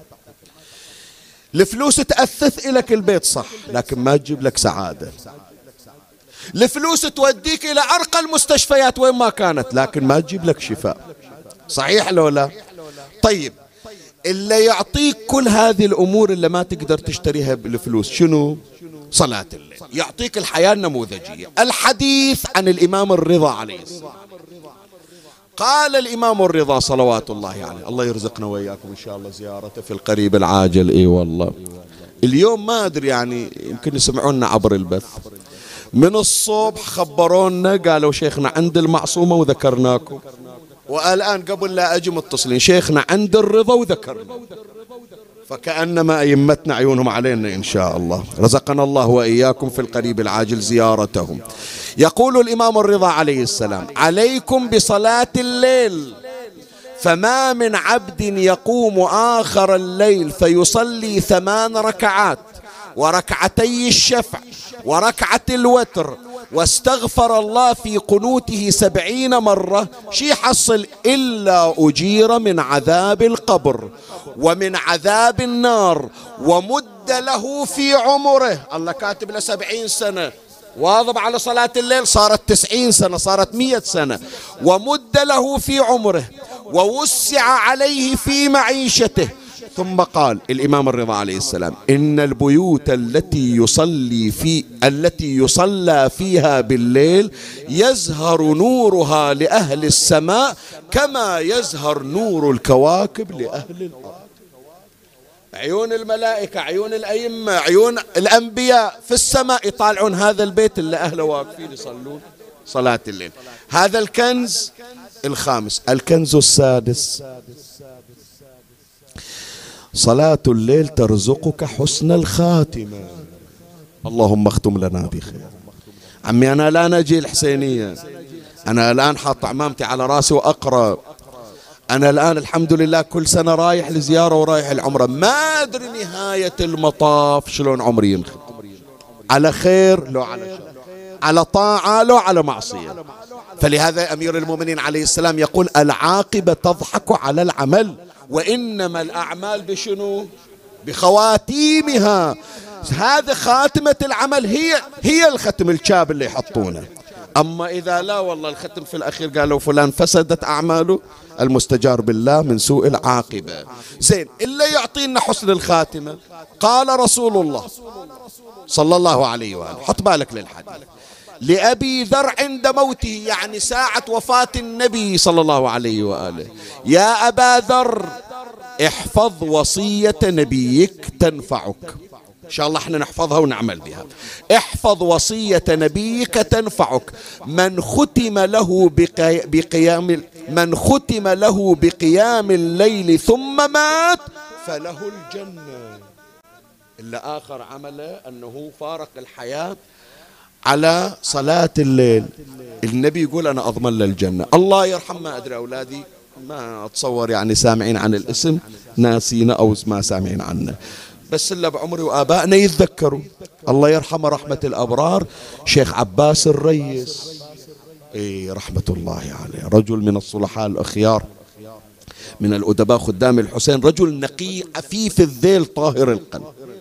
الفلوس تأثث إلك البيت صح لكن ما تجيب لك سعادة. الفلوس توديك إلى أرقى المستشفيات وين ما كانت لكن ما تجيب لك شفاء. صحيح لو لا؟ طيب اللي يعطيك كل هذه الأمور اللي ما تقدر تشتريها بالفلوس شنو؟ صلاة الليل. يعطيك الحياة النموذجية. الحديث عن الإمام الرضا عليه السلام. قال الإمام الرضا صلوات الله عليه، الله يرزقنا وإياكم إن شاء الله زيارته في القريب العاجل. إي والله اليوم ما أدري يعني يمكن يسمعونا عبر البث، من الصبح خبرونا قالوا شيخنا عند المعصومة وذكرناكم، والآن قبل لا أجي متصلين شيخنا عند الرضا وذكرنا، فكأنما أئمتنا عيونهم علينا إن شاء الله. رزقنا الله وإياكم في القريب العاجل زيارتهم. يقول الإمام الرضا عليه السلام: عليكم بصلاة الليل، فما من عبد يقوم آخر الليل فيصلي ثمان ركعات وركعتي الشفع وركعة الوتر واستغفر الله في قنوته سبعين مرة، شي حصل إلا أجير من عذاب القبر ومن عذاب النار ومد له في عمره. الله كاتب له سبعين سنة واظب على صلاة الليل، صارت تسعين سنة، صارت مئة سنة، ومد له في عمره ووسع عليه في معيشته. ثم قال الإمام الرضا عليه السلام: إن البيوت التي يصلي في التي يصلى فيها بالليل يزهر نورها لأهل السماء كما يزهر نور الكواكب لأهل الأرض. عيون الملائكة، عيون الأئمة، عيون الأنبياء في السماء يطالعون هذا البيت اللي أهله واقفين يصلون صلاة الليل. هذا الكنز الخامس. الكنز السادس: صلاة الليل ترزقك حسن الخاتمة. اللهم اختم لنا بخير. عمي أنا الآن أجي الحسينية، أنا الآن حاط عمامتي على راسي وأقرأ، أنا الآن الحمد لله كل سنة رايح لزيارة ورايح العمرة، ما أدري نهاية المطاف شلون عمري ينختم، على خير لو على شر، على طاعة لو على معصية. فلهذا أمير المؤمنين عليه السلام يقول: العاقبة تضحك على العمل، وإنما الأعمال بشنو؟ بخواتيمها. هذا خاتمة العمل، هي هي الختم الشاب اللي يحطونه. أما إذا لا والله الختم في الأخير قالوا فلان فسدت أعماله، المستجار بالله من سوء العاقبة. زين، إلا يعطينا حسن الخاتمة. قال رسول الله صلى الله عليه وآله، حط بالك للحديث، لأبي ذر عند موته، يعني ساعة وفاة النبي صلى الله عليه وآله: يا أبا ذر احفظ وصية نبيك تنفعك. إن شاء الله احنا نحفظها ونعمل بها. احفظ وصية نبيك تنفعك، من ختم له بقيام من ختم له بقيام الليل ثم مات فله الجنة. إلا آخر عمله أنه فارق الحياة على صلاة الليل، النبي يقول أنا أضمن له الجنة. الله يرحم، ما أدري أولادي ما أتصور يعني سامعين عن الاسم ناسينا أو ما سامعين عنه، بس إلا بعمري وآبائنا يتذكروا. الله يرحمه رحمة الأبرار شيخ عباس الريس، إيه رحمة الله عليه، رجل من الصلحاء الأخيار، من الأدباء خدام الحسين، رجل نقي عفيف الذيل طاهر القلب.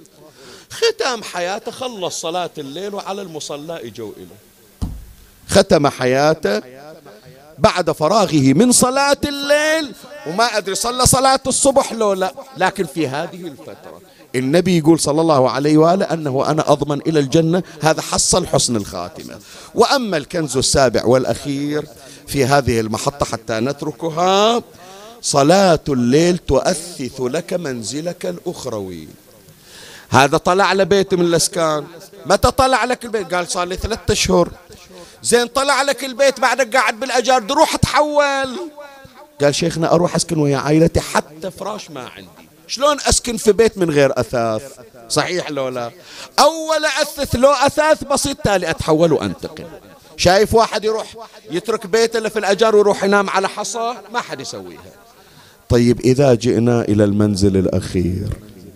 ختم حياته خلص صلاة الليل وعلى المصلى اجوا إليه، ختم حياته بعد فراغه من صلاة الليل، وما أدري صلى صلاة الصبح لو لا، لكن في هذه الفترة النبي يقول صلى الله عليه وآله أنه أنا أضمن إلى الجنة. هذا حصل حسن الخاتمة. وأما الكنز السابع والأخير في هذه المحطة حتى نتركها: صلاة الليل تؤثث لك منزلك الأخروي. هذا طلع لبيت من الأسكان، متى طلع لك البيت؟ قال صار لي ثلاثة أشهر. زين، طلع لك البيت بعدك قاعد بالأجار، روح تحول. قال شيخنا أروح أسكن ويا عائلتي، حتى فراش ما عندي، شلون أسكن في بيت من غير أثاث؟ صحيح لو لا؟ أول أثث لو أثاث بسيط، تالي أتحول وأنتقل. شايف واحد يروح يترك بيته اللي في الأجار ويروح ينام على حصى؟ ما حد يسويها. طيب إذا جئنا إلى المنزل الأخير،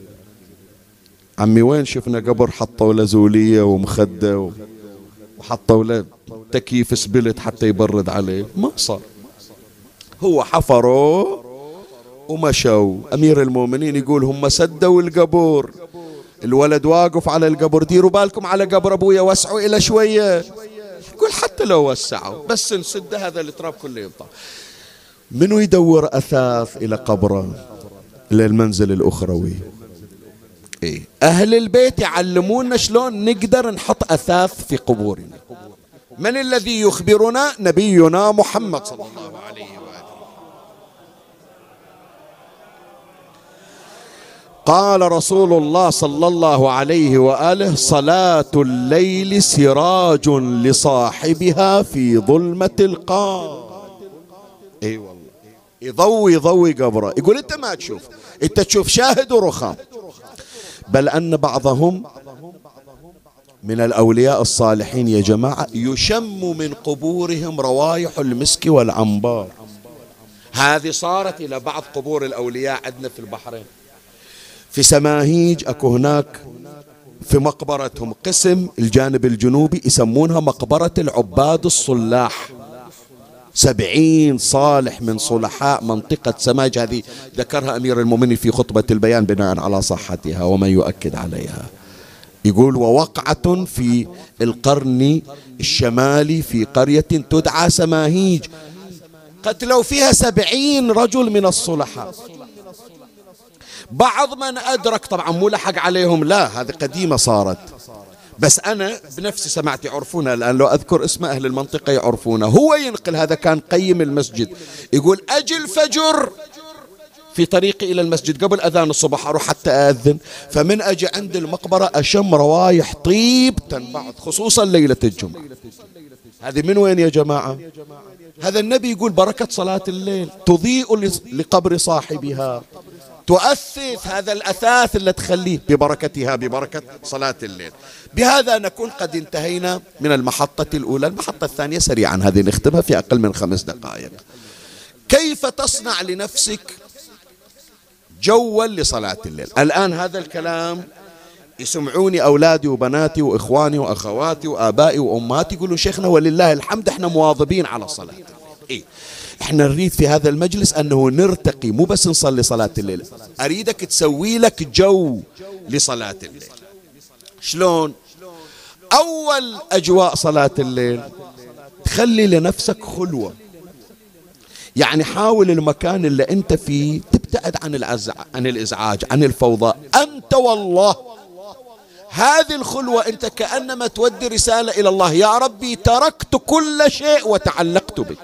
عمي وين شفنا قبر حطوا له زولية ومخدة وحطوا له تكييف سبلت حتى يبرد عليه؟ ما صار. هو حفروا ومشوا. أمير المؤمنين يقول هم سدوا القبور، الولد واقف على القبر، ديروا بالكم على قبر أبويا، وسعوا إلى شوية. يقول حتى لو وسعوا بس نسد هذا التراب كله ينطع. منو يدور أثاث إلى قبره إلى المنزل الأخروي؟ إيه؟ أهل البيت يعلمونا شلون نقدر نحط أثاث في قبورنا. من الذي يخبرنا؟ نبينا محمد صلى الله عليه وآله. قال رسول الله صلى الله عليه وآله: صلاة الليل سراج لصاحبها في ظلمة القبر. اي والله، يضوي يضوي قبره. يقول انت ما تشوف، انت تشوف شاهد ورخام. بل أن بعضهم من الأولياء الصالحين يا جماعة يشم من قبورهم روايح المسك والعنبر. هذه صارت إلى بعض قبور الأولياء عندنا في البحرين، في سماهيج أكو هناك في مقبرتهم قسم الجانب الجنوبي يسمونها مقبرة العباد الصلاح. سبعين صالح من صلحاء منطقة سماج، هذه ذكرها أمير المؤمنين في خطبة البيان بناء على صحتها وما يؤكد عليها. يقول ووقعة في القرن الشمالي في قرية تدعى سماهيج قتلوا فيها سبعين رجل من الصلحاء. بعض من أدرك طبعا مو لحق عليهم، لا هذه قديمة صارت، بس أنا بنفسي سمعت يعرفونها الآن، لو أذكر اسم أهل المنطقة يعرفونه. هو ينقل، هذا كان قيم المسجد، يقول أجي الفجر في طريقي إلى المسجد قبل أذان الصبح أروح حتى أذن، فمن أجي عند المقبرة أشم روايح طيب تنبعث خصوصا ليلة الجمعة. هذه من وين يا جماعة؟ هذا النبي يقول بركة صلاة الليل تضيء لقبر صاحبها، تؤثث هذا الأثاث اللي تخليه ببركتها، ببركة صلاة الليل. بهذا نكون قد انتهينا من المحطة الأولى. المحطة الثانية سريعا هذه نختمها في أقل من خمس دقائق. كيف تصنع لنفسك جوا لصلاة الليل؟ الآن هذا الكلام يسمعوني أولادي وبناتي وإخواني وأخواتي وآبائي وأمهاتي يقولوا شيخنا ولله الحمد احنا مواظبين على الصلاة. إيه؟ احنا نريد في هذا المجلس أنه نرتقي، مو بس نصلي صلاة الليل، أريدك تسوي لك جو لصلاة الليل. شلون؟ أول أجواء صلاة الليل تخلي لنفسك خلوة، يعني حاول المكان اللي أنت فيه تبتعد عن الأزع... عن الإزعاج، عن الفوضى، أنت والله. هذه الخلوة أنت كأنما تودي رسالة إلى الله، يا ربي تركت كل شيء وتعلقت بك.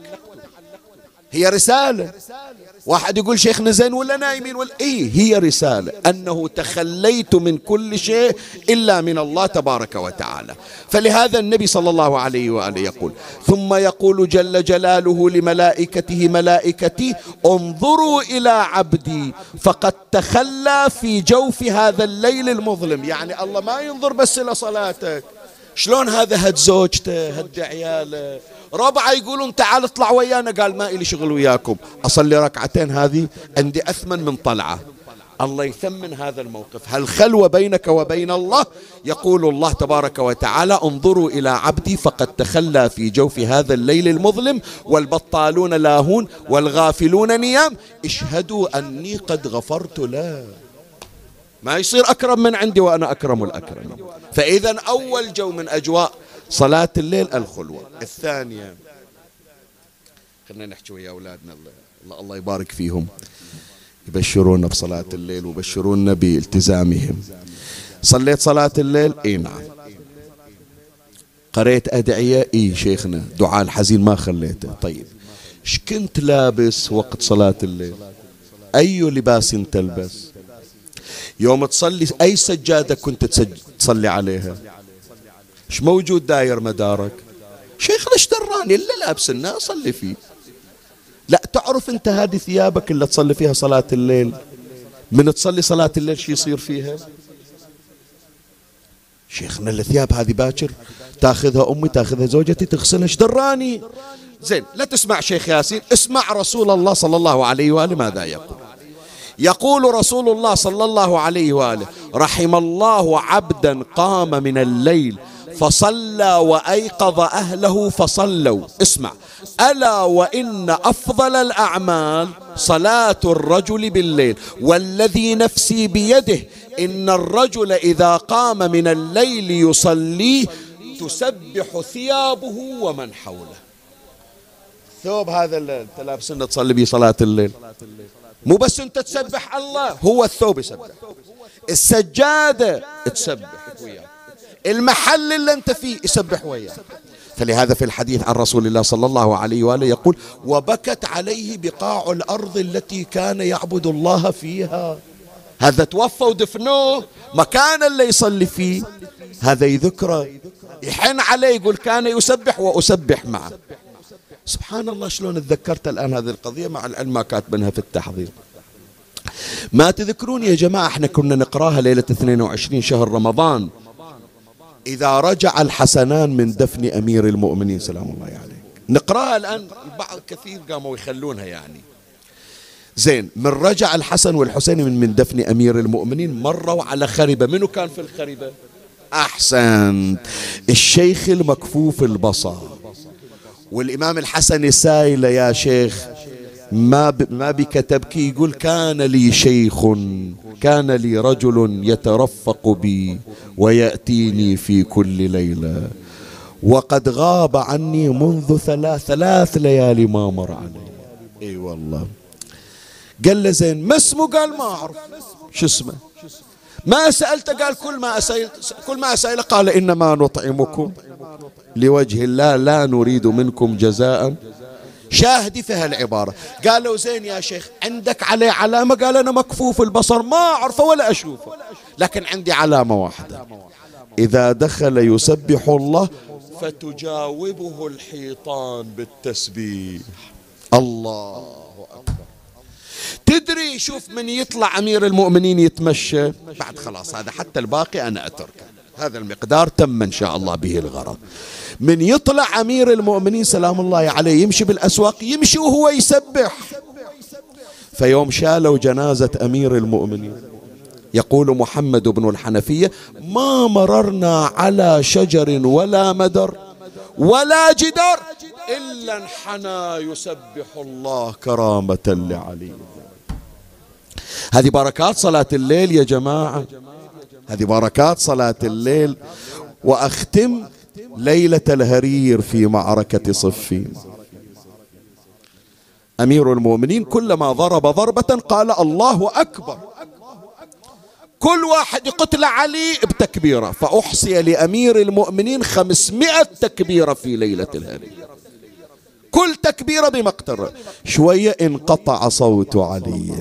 هي رسالة. واحد يقول شيخنا زين ولا نايمين ولا إيه، هي رسالة أنه تخليت من كل شيء إلا من الله تبارك وتعالى. فلهذا النبي صلى الله عليه وآله يقول ثم يقول جل جلاله لملائكته ملائكتي انظروا إلى عبدي فقد تخلى في جوف هذا الليل المظلم. يعني الله ما ينظر بس إلى صلاتك، شلون هذا هد زوجته هد عياله ربعه يقولون تعال اطلع ويانا، قال ما إلي شغل وياكم، أصلي ركعتين هذه عندي أثمن من طلعة. الله يثمن هذا الموقف، هالخلوة بينك وبين الله. يقول الله تبارك وتعالى انظروا إلى عبدي فقد تخلى في جوف هذا الليل المظلم والبطالون لاهون والغافلون نيام اشهدوا أني قد غفرت له. ما يصير أكرم من عندي وأنا أكرم الأكرم. فإذا أول جو من أجواء صلاة الليل الخلوة. الثانية خلنا نحكي ويا أولادنا الله, الله يبارك فيهم، يبشرونا بصلاة الليل ويبشرونا بالتزامهم. صليت صلاة الليل؟ اي نعم. قريت أدعية؟ اي شيخنا دعاء الحزين ما خليته. طيب ايش كنت لابس وقت صلاة الليل؟ أي لباس تلبس؟ يوم تصلي أي سجادة كنت تصلي عليها؟ ايش موجود داير مدارك؟ شيخنا ايش دراني الا لابس الناس اصلي فيه. لا تعرف انت هذه ثيابك اللي تصلي فيها صلاة الليل، من تصلي صلاة الليل شو يصير فيها؟ شيخنا الثياب هذه باكر تاخذها امي تاخذها زوجتي تغسلها، ايش دراني؟ زين لا تسمع شيخ ياسين، اسمع رسول الله صلى الله عليه واله ماذا يقول. يقول رسول الله صلى الله عليه واله رحم الله عبدا قام من الليل فصلى وأيقظ أهله فصلوا. اسمع، ألا وإن أفضل الأعمال صلاة الرجل بالليل، والذي نفسي بيده إن الرجل إذا قام من الليل يصلي تسبح ثيابه ومن حوله. ثوب هذا اللي انت لابس انه تصلي به صلاة الليل، مو بس انت تسبح الله، هو الثوب يسبح، السجادة تسبح وياك، المحل اللي انت فيه يسبح وياك. فلهذا في الحديث عن رسول الله صلى الله عليه وآله يقول وبكت عليه بقاع الأرض التي كان يعبد الله فيها. هذا توفى ودفنوه، مكان اللي يصلي فيه هذا يذكره يحن عليه، يقول كان يسبح وأسبح معه. سبحان الله شلون تذكرت الآن هذه القضية مع العلم ما كاتبنها في التحضير. ما تذكرون يا جماعة احنا كنا نقراها ليلة اثنين وعشرين شهر رمضان، إذا رجع الحسنان من دفن أمير المؤمنين سلام الله عليه. نقراها الآن بعض كثير قاموا يخلونها يعني. زين، من رجع الحسن والحسين من, من دفن أمير المؤمنين مروا على خربة. منو كان في الخربة؟ أحسن، الشيخ المكفوف البصر والإمام الحسن السايلة يا شيخ ما ب... ما بك تبكي؟ يقول كان لي شيخ، كان لي رجل يترفق بي ويأتيني في كل ليلة، وقد غاب عني منذ ثلاث ثلاث ليالي ما مر علي. اي والله. قال له زين ما اسمه؟ قال ما اعرف. شو اسمه؟ ما سألته؟ قال كل ما أسألت كل ما أسأله قال إنما نطعمكم لوجه الله لا نريد منكم جزاء. شاهدي في هالعبارة. قالوا زين يا شيخ عندك عليه علامة؟ قال أنا مكفوف البصر ما أعرفه ولا أشوفه، لكن عندي علامة واحدة، إذا دخل يسبح الله فتجاوبه الحيطان بالتسبيح. الله أكبر. تدري شوف من يطلع أمير المؤمنين يتمشى بعد خلاص، هذا حتى الباقي أنا أتركه، هذا المقدار تم إن شاء الله به الغرض. من يطلع أمير المؤمنين سلام الله عليه يمشي بالأسواق، يمشي وهو يسبح. فيوم شالوا جنازة أمير المؤمنين يقول محمد بن الحنفية ما مررنا على شجر ولا مدر ولا جدار إلا انحنى يسبح الله كرامة لعلي. هذه بركات صلاة الليل يا جماعة، هذه بركات صلاة الليل. وأختم ليلة الهرير في معركة صفين. أمير المؤمنين كلما ضرب ضربة قال الله أكبر، كل واحد يقتل علي بتكبيرة، فأحصي لأمير المؤمنين خمسمائة تكبيرة في ليلة الهرير، كل تكبيرة بمقتل. شوية انقطع صوت علي.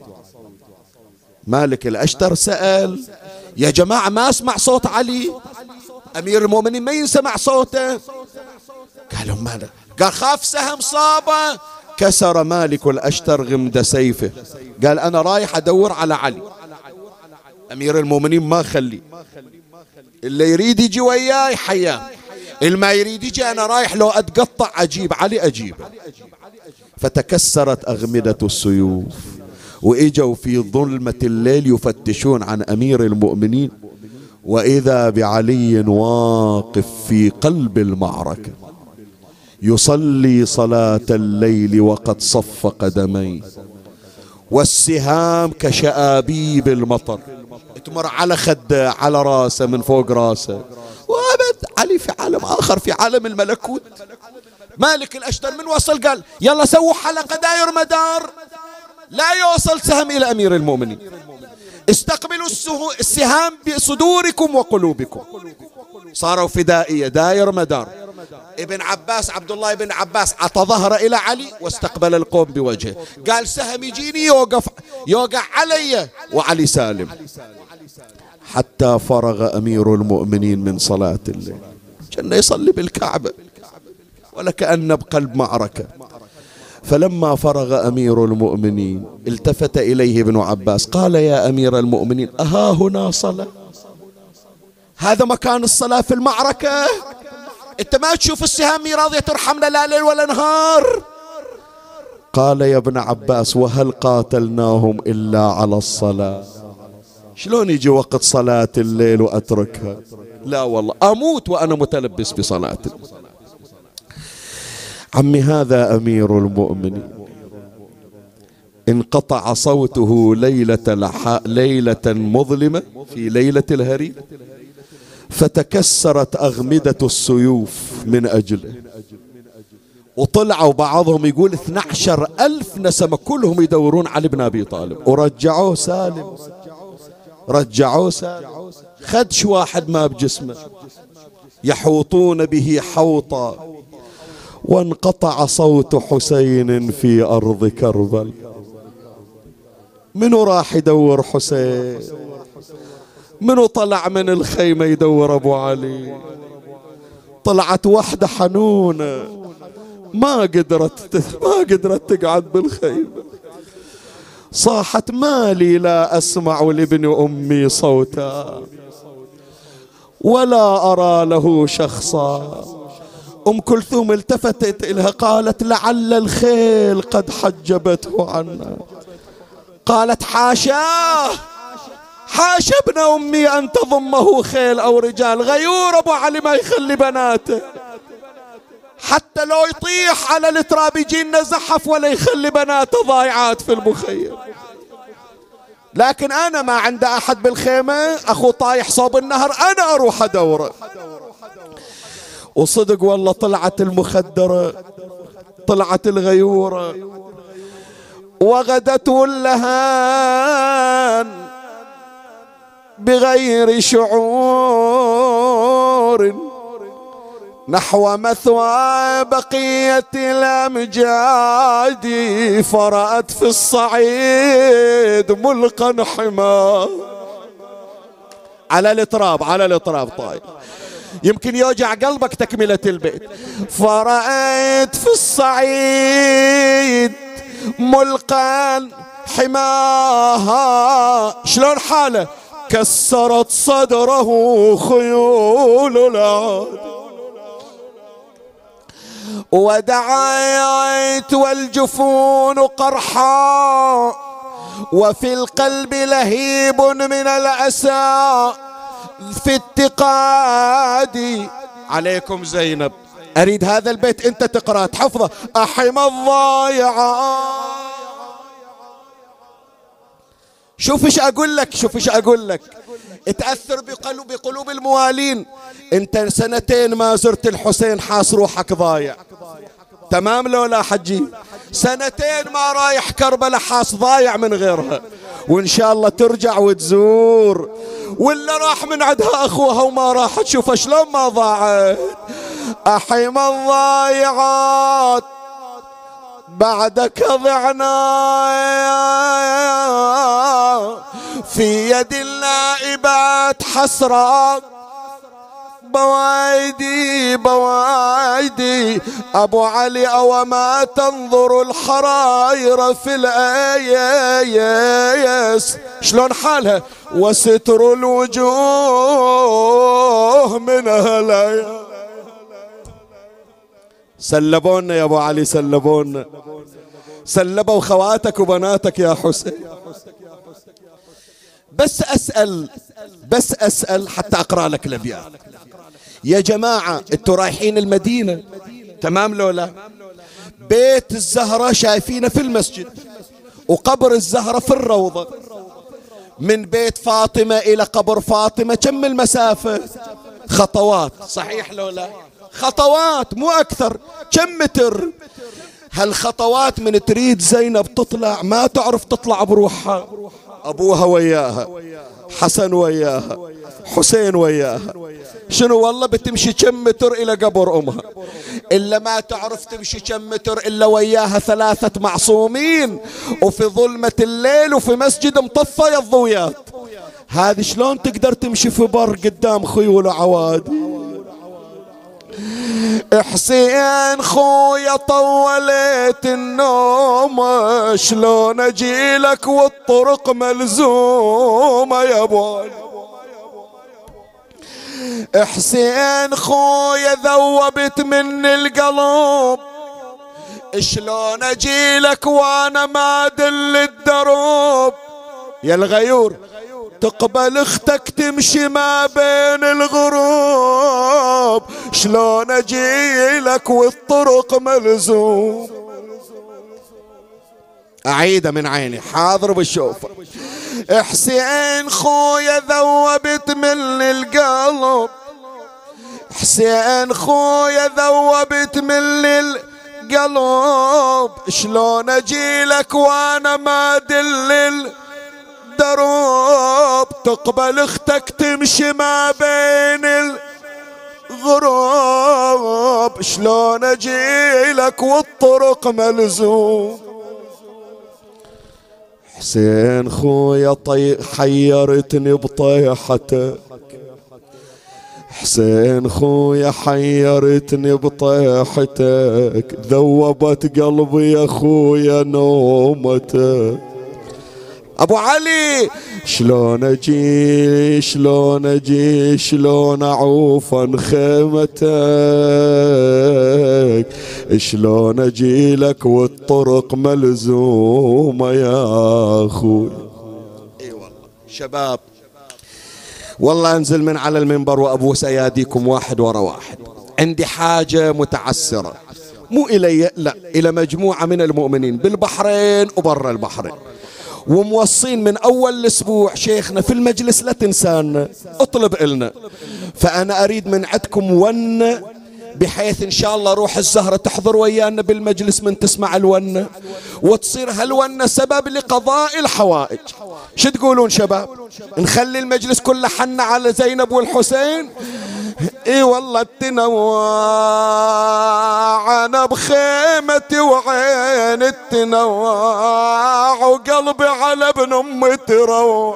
مالك الأشتر سأل يا جماعة ما أسمع صوت علي، أمير المؤمنين ما يسمع صوته. قالوا مالك؟ قال خاف سهم صابه. كسر مالك الأشتر غمد سيفه، قال أنا رايح أدور على علي. أمير المؤمنين ما خلي، اللي يريد يجي وياي حياه، اللي ما يريد يجي أنا رايح لو أتقطع أجيب علي أجيب. فتكسرت أغمدة السيوف وإجوا في ظلمة الليل يفتشون عن أمير المؤمنين، وإذا بعلي واقف في قلب المعركة يصلي صلاة الليل وقد صف قدميه، والسهام كشآبيب المطر تمر على خده على راسه من فوق راسه. وابد علي في عالم آخر، في عالم الملكوت. مالك الأشتر من وصل قال يلا سووا حلقة داير مدار لا يوصل سهم إلى أمير المؤمنين، استقبلوا السهام بصدوركم وقلوبكم. صاروا فدائية داير مدار. ابن عباس عبد الله بن عباس عطى ظهره إلى علي واستقبل القوم بوجهه، قال سهم يجيني يوقف يوقع علي وعلي سالم. حتى فرغ أمير المؤمنين من صلاة الليل، كان يصلي بالكعبة ولا كأن بقلب معركة. فلما فرغ أمير المؤمنين التفت إليه ابن عباس قال يا أمير المؤمنين أها هنا صلاة؟ هذا مكان الصلاة في المعركة؟ أنت ما تشوف السهام راضية ترحمنا لا ليل ولا نهار؟ قال يا ابن عباس وهل قاتلناهم إلا على الصلاة؟ شلون يجي وقت صلاة الليل وأتركها؟ لا والله أموت وأنا متلبس بصلاة. عمي هذا أمير المؤمنين انقطع صوته ليلة الح... ليلة مظلمة في ليلة الهرير، فتكسرت أغمدة السيوف من أجله، وطلعوا بعضهم يقول اثني عشر ألف نسمة كلهم يدورون علي بن أبي طالب، ورجعوه سالم، رجعوه سالم، خدش واحد ما بجسمه، يحوطون به حوطا. وانقطع صوت حسين في أرض كربل. منو راح يدور حسين؟ منو طلع من الخيمة يدور أبو علي؟ طلعت وحدة حنونة ما قدرت ما قدرت تقعد بالخيمة، صاحت مالي لا أسمع لابن أمي صوتا ولا أرى له شخصا. أم كلثوم التفتت إليها قالت لعل الخيل قد حجبته عنا. قالت حاشاه حاشا ابن أمي أن تضمه خيل أو رجال، غيور أبو علي ما يخلي بناته. حتى لو يطيح على التراب يجينا زحف ولا يخلي بناته ضايعات في المخيم. لكن أنا ما عند أحد بالخيمة، أخو طايح صوب النهر أنا أروح أدوره. وصدق والله طلعت المخدرة، طلعت الغيورة، وغدت اللهان بغير شعور نحو مثوى بقية الأمجاد، فرأت في الصعيد ملقا حمار. على التراب على التراب طاير، يمكن يوجع قلبك تكملة البيت. فرأيت في الصعيد ملقا حماها، شلون حاله؟ كسرت صدره خيول العاد، ودعيت والجفون قرحا، وفي القلب لهيب من الأسى في اتقادي. عليكم زينب، أريد هذا البيت أنت تقرأ تحفظه. أحم الضايعة. شوف ايش اقول لك، شوف ايش اقول لك. تأثر بقلوب بقلوب الموالين. انت سنتين ما زرت الحسين، حاس روحك ضايع. تمام لو لا حجي؟ سنتين ما رايح كربلاء، حاس ضايع من غيرها. وان شاء الله ترجع وتزور. ولا راح من عندها اخوها وما راح تشوف شلون ما ضاعت. احم الضايعات بعدك ضعنا في يد النائبات حسرة. بوايدي بوايدي أبو علي، أو ما تنظر الحراير في الآيس. شلون حالها؟ وستر الوجوه من هلايا. سلبونا يا أبو علي، سلبونا، سلبوا خواتك وبناتك يا حسين. بس أسأل بس أسأل حتى أقرأ لك الأبيات. يا جماعة انتوا رايحين المدينة، تمام لو لا؟ بيت الزهرة شايفينه في المسجد، وقبر الزهرة في الروضة. من بيت فاطمة إلى قبر فاطمة كم المسافة؟ خطوات، صحيح لو لا؟ خطوات مو أكثر. كم متر؟ هالخطوات من تريد زينب تطلع ما تعرف تطلع بروحها. أبوها وياها، حسن وياها، حسين وياها. شنو والله بتمشي كم متر إلى قبر أمها، إلا ما تعرف تمشي كم متر إلا وياها ثلاثة معصومين، وفي ظلمة الليل وفي مسجد مطفى الضويات. هذه شلون تقدر تمشي في بر قدام خيول عوادي؟ حسين خويا طولت النوم، شلون اجيلك والطرق ملزومة يا ابو علي. حسين خويا ذوبت من القلب، شلون اجيلك وانا ما دل الدروب. يا الغيور تقبل اختك تمشي ما بين الغروب، شلون اجيلك والطرق ملزوم. اعيده من عيني، حاضر بشوفه. حسين خويا ذوبت من القلب، حسين خويا ذوبت من القلب، شلون اجيلك وانا ما دل دروب. تقبل اختك تمشي ما بين الغروب، شلون اجيلك والطرق ملزوم. حسين خويا طي حيرتني بطيحتك، حسين خويا حيرتني بطيحتك، ذوبت قلبي يا خويا نومتك. ابو علي شلون اجي شلون اجي شلون اعوف عن خيمتك، شلون اجي لك والطرق ملزومه يا اخوي. اي والله شباب، والله انزل من على المنبر وابوس اياديكم واحد ورا واحد. عندي حاجة متعسرة، مو إلي، لا، إلى مجموعة من المؤمنين بالبحرين وبرا البحرين، وموصين من أول الأسبوع شيخنا في المجلس لا تنسانا، اطلب إلنا. فأنا أريد من عندكم ون، بحيث إن شاء الله روح الزهرة تحضر ويانا بالمجلس من تسمع الونة، وتصير هالونة سبب لقضاء الحوائج. شو تقولون شباب؟ نخلي المجلس كله حنة على زينب والحسين؟ اي والله التنوع انا بخيمتي وعين التنوع وقلبي على ابن امي تروع،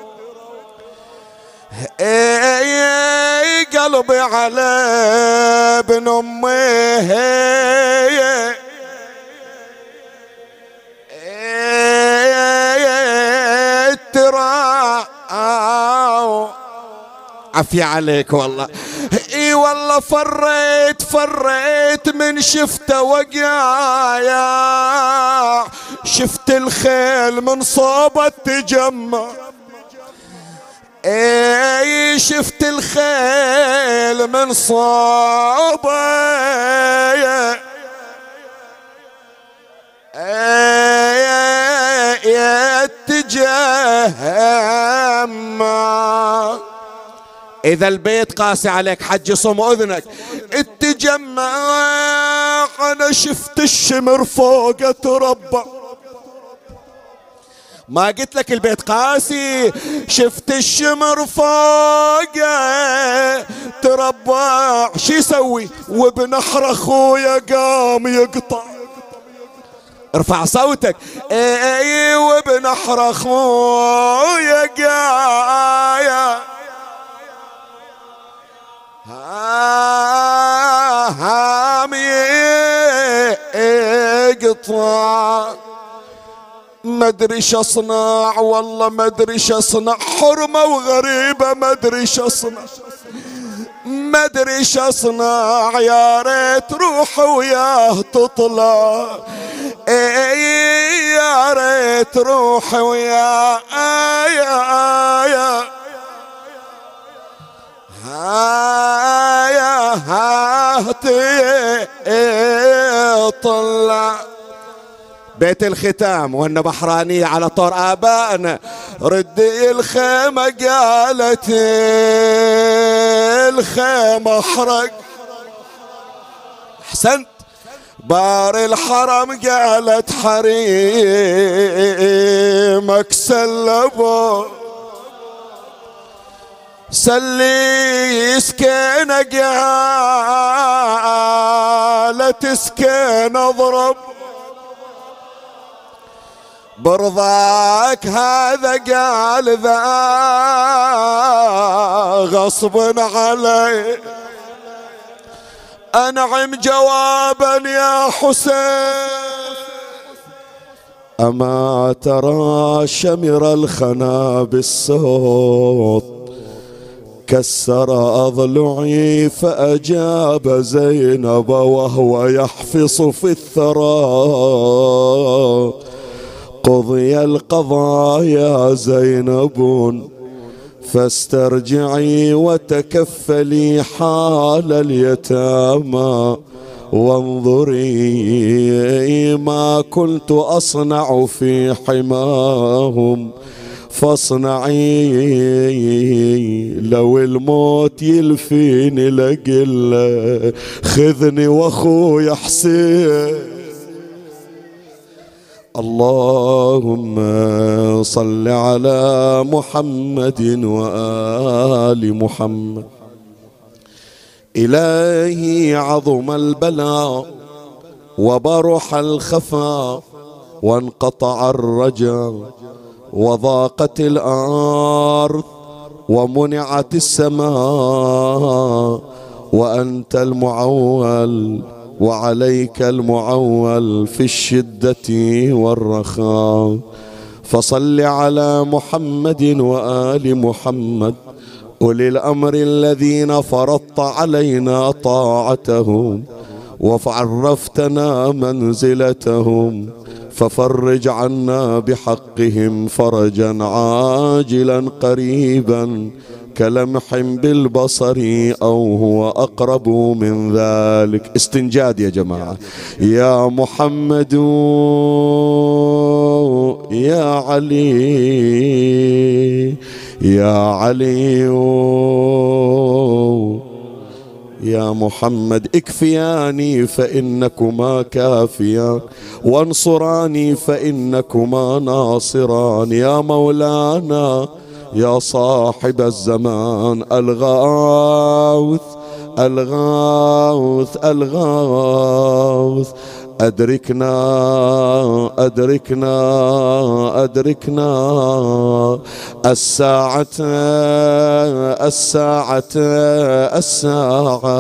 اي قلبي على ابن امي ترى. عفية عليك والله. اي والله فريت فريت من شفته وقايا، شفت الخيل من صوبة تجمع، اي شفت الخيل من صوبة اي تجمع. إذا البيت قاسي عليك حج صم أذنك، اتجمع. أنا شفت الشمر فوق تربع، ما قلت لك البيت قاسي، شفت الشمر فوق تربع. شي يسوي؟ وبنحر أخويا قام يقطع. ارفع صوتك. اي وبنحر أخويا قايا هام يقطع. ما ادري شو اصنع والله، ما ادري شو اصنع، حرمة وغريبة ما ادري شو اصنع، ما ادري شو اصنع. يا ريت روح وياه تطلع، اي يا ريت روح وياه يا هايا هاتي طلع. بيت الختام وإن بحرانية على طور آبائنا، ردي الخيمة قالت الخيمة احرق. احسنت. بار الحرم قالت حريمك سلبوا، سلي سكينة قالت سكينة اضرب، برضاك هذا قال ذا غصب علي. أنعم جوابا يا حسين، أما ترى شمر الخنا بالصوت كسر أضلعي، فأجاب زينب وهو يحفص في الثرى قضي القضاء يا زينب، فاسترجعي وتكفلي حال اليتامى، وانظري ما كنت أصنع في حماهم، فاصنعي لو الموت يلفيني لقله خذني واخوي حسين. اللهم صل على محمد وآل محمد. إلهي عظم البلاء وبرح الخفاء وانقطع الرجاء وضاقت الأرض ومنعت السماء، وأنت المعول وعليك المعول في الشدة والرخاء. فصل على محمد وآل محمد أولي الأمر الذين فرضت علينا طاعتهم وعرفتنا منزلتهم، ففرج عنا بحقهم فرجا عاجلا قريبا كلمح بالبصر أو هو أقرب من ذلك. استنجاد يا جماعة. يا محمد يا علي يا علي يا محمد اكفياني فإنكما كافيان، وانصراني فإنكما ناصران. يا مولانا يا صاحب الزمان الغاوث الغاوث الغاوث، أدركنا أدركنا أدركنا الساعة الساعة الساعة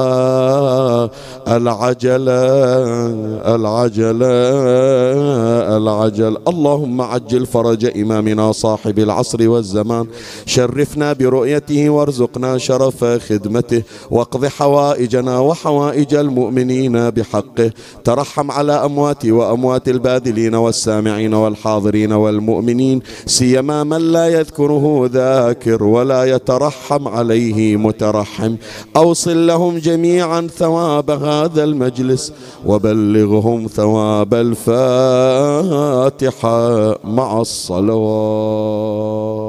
العجلة العجلة العجل. اللهم عجل فرج إمامنا صاحب العصر والزمان، شرفنا برؤيته وارزقنا شرف خدمته، واقض حوائجنا وحوائج المؤمنين بحقه. ترحم على أموات وأموات الباذلين والسامعين والحاضرين والمؤمنين، سيما من لا يذكره ذاكر ولا يترحم عليه مترحم. أوصل لهم جميعا ثواب هذا المجلس، وبلغهم ثواب الفاتحة مع الصلوات.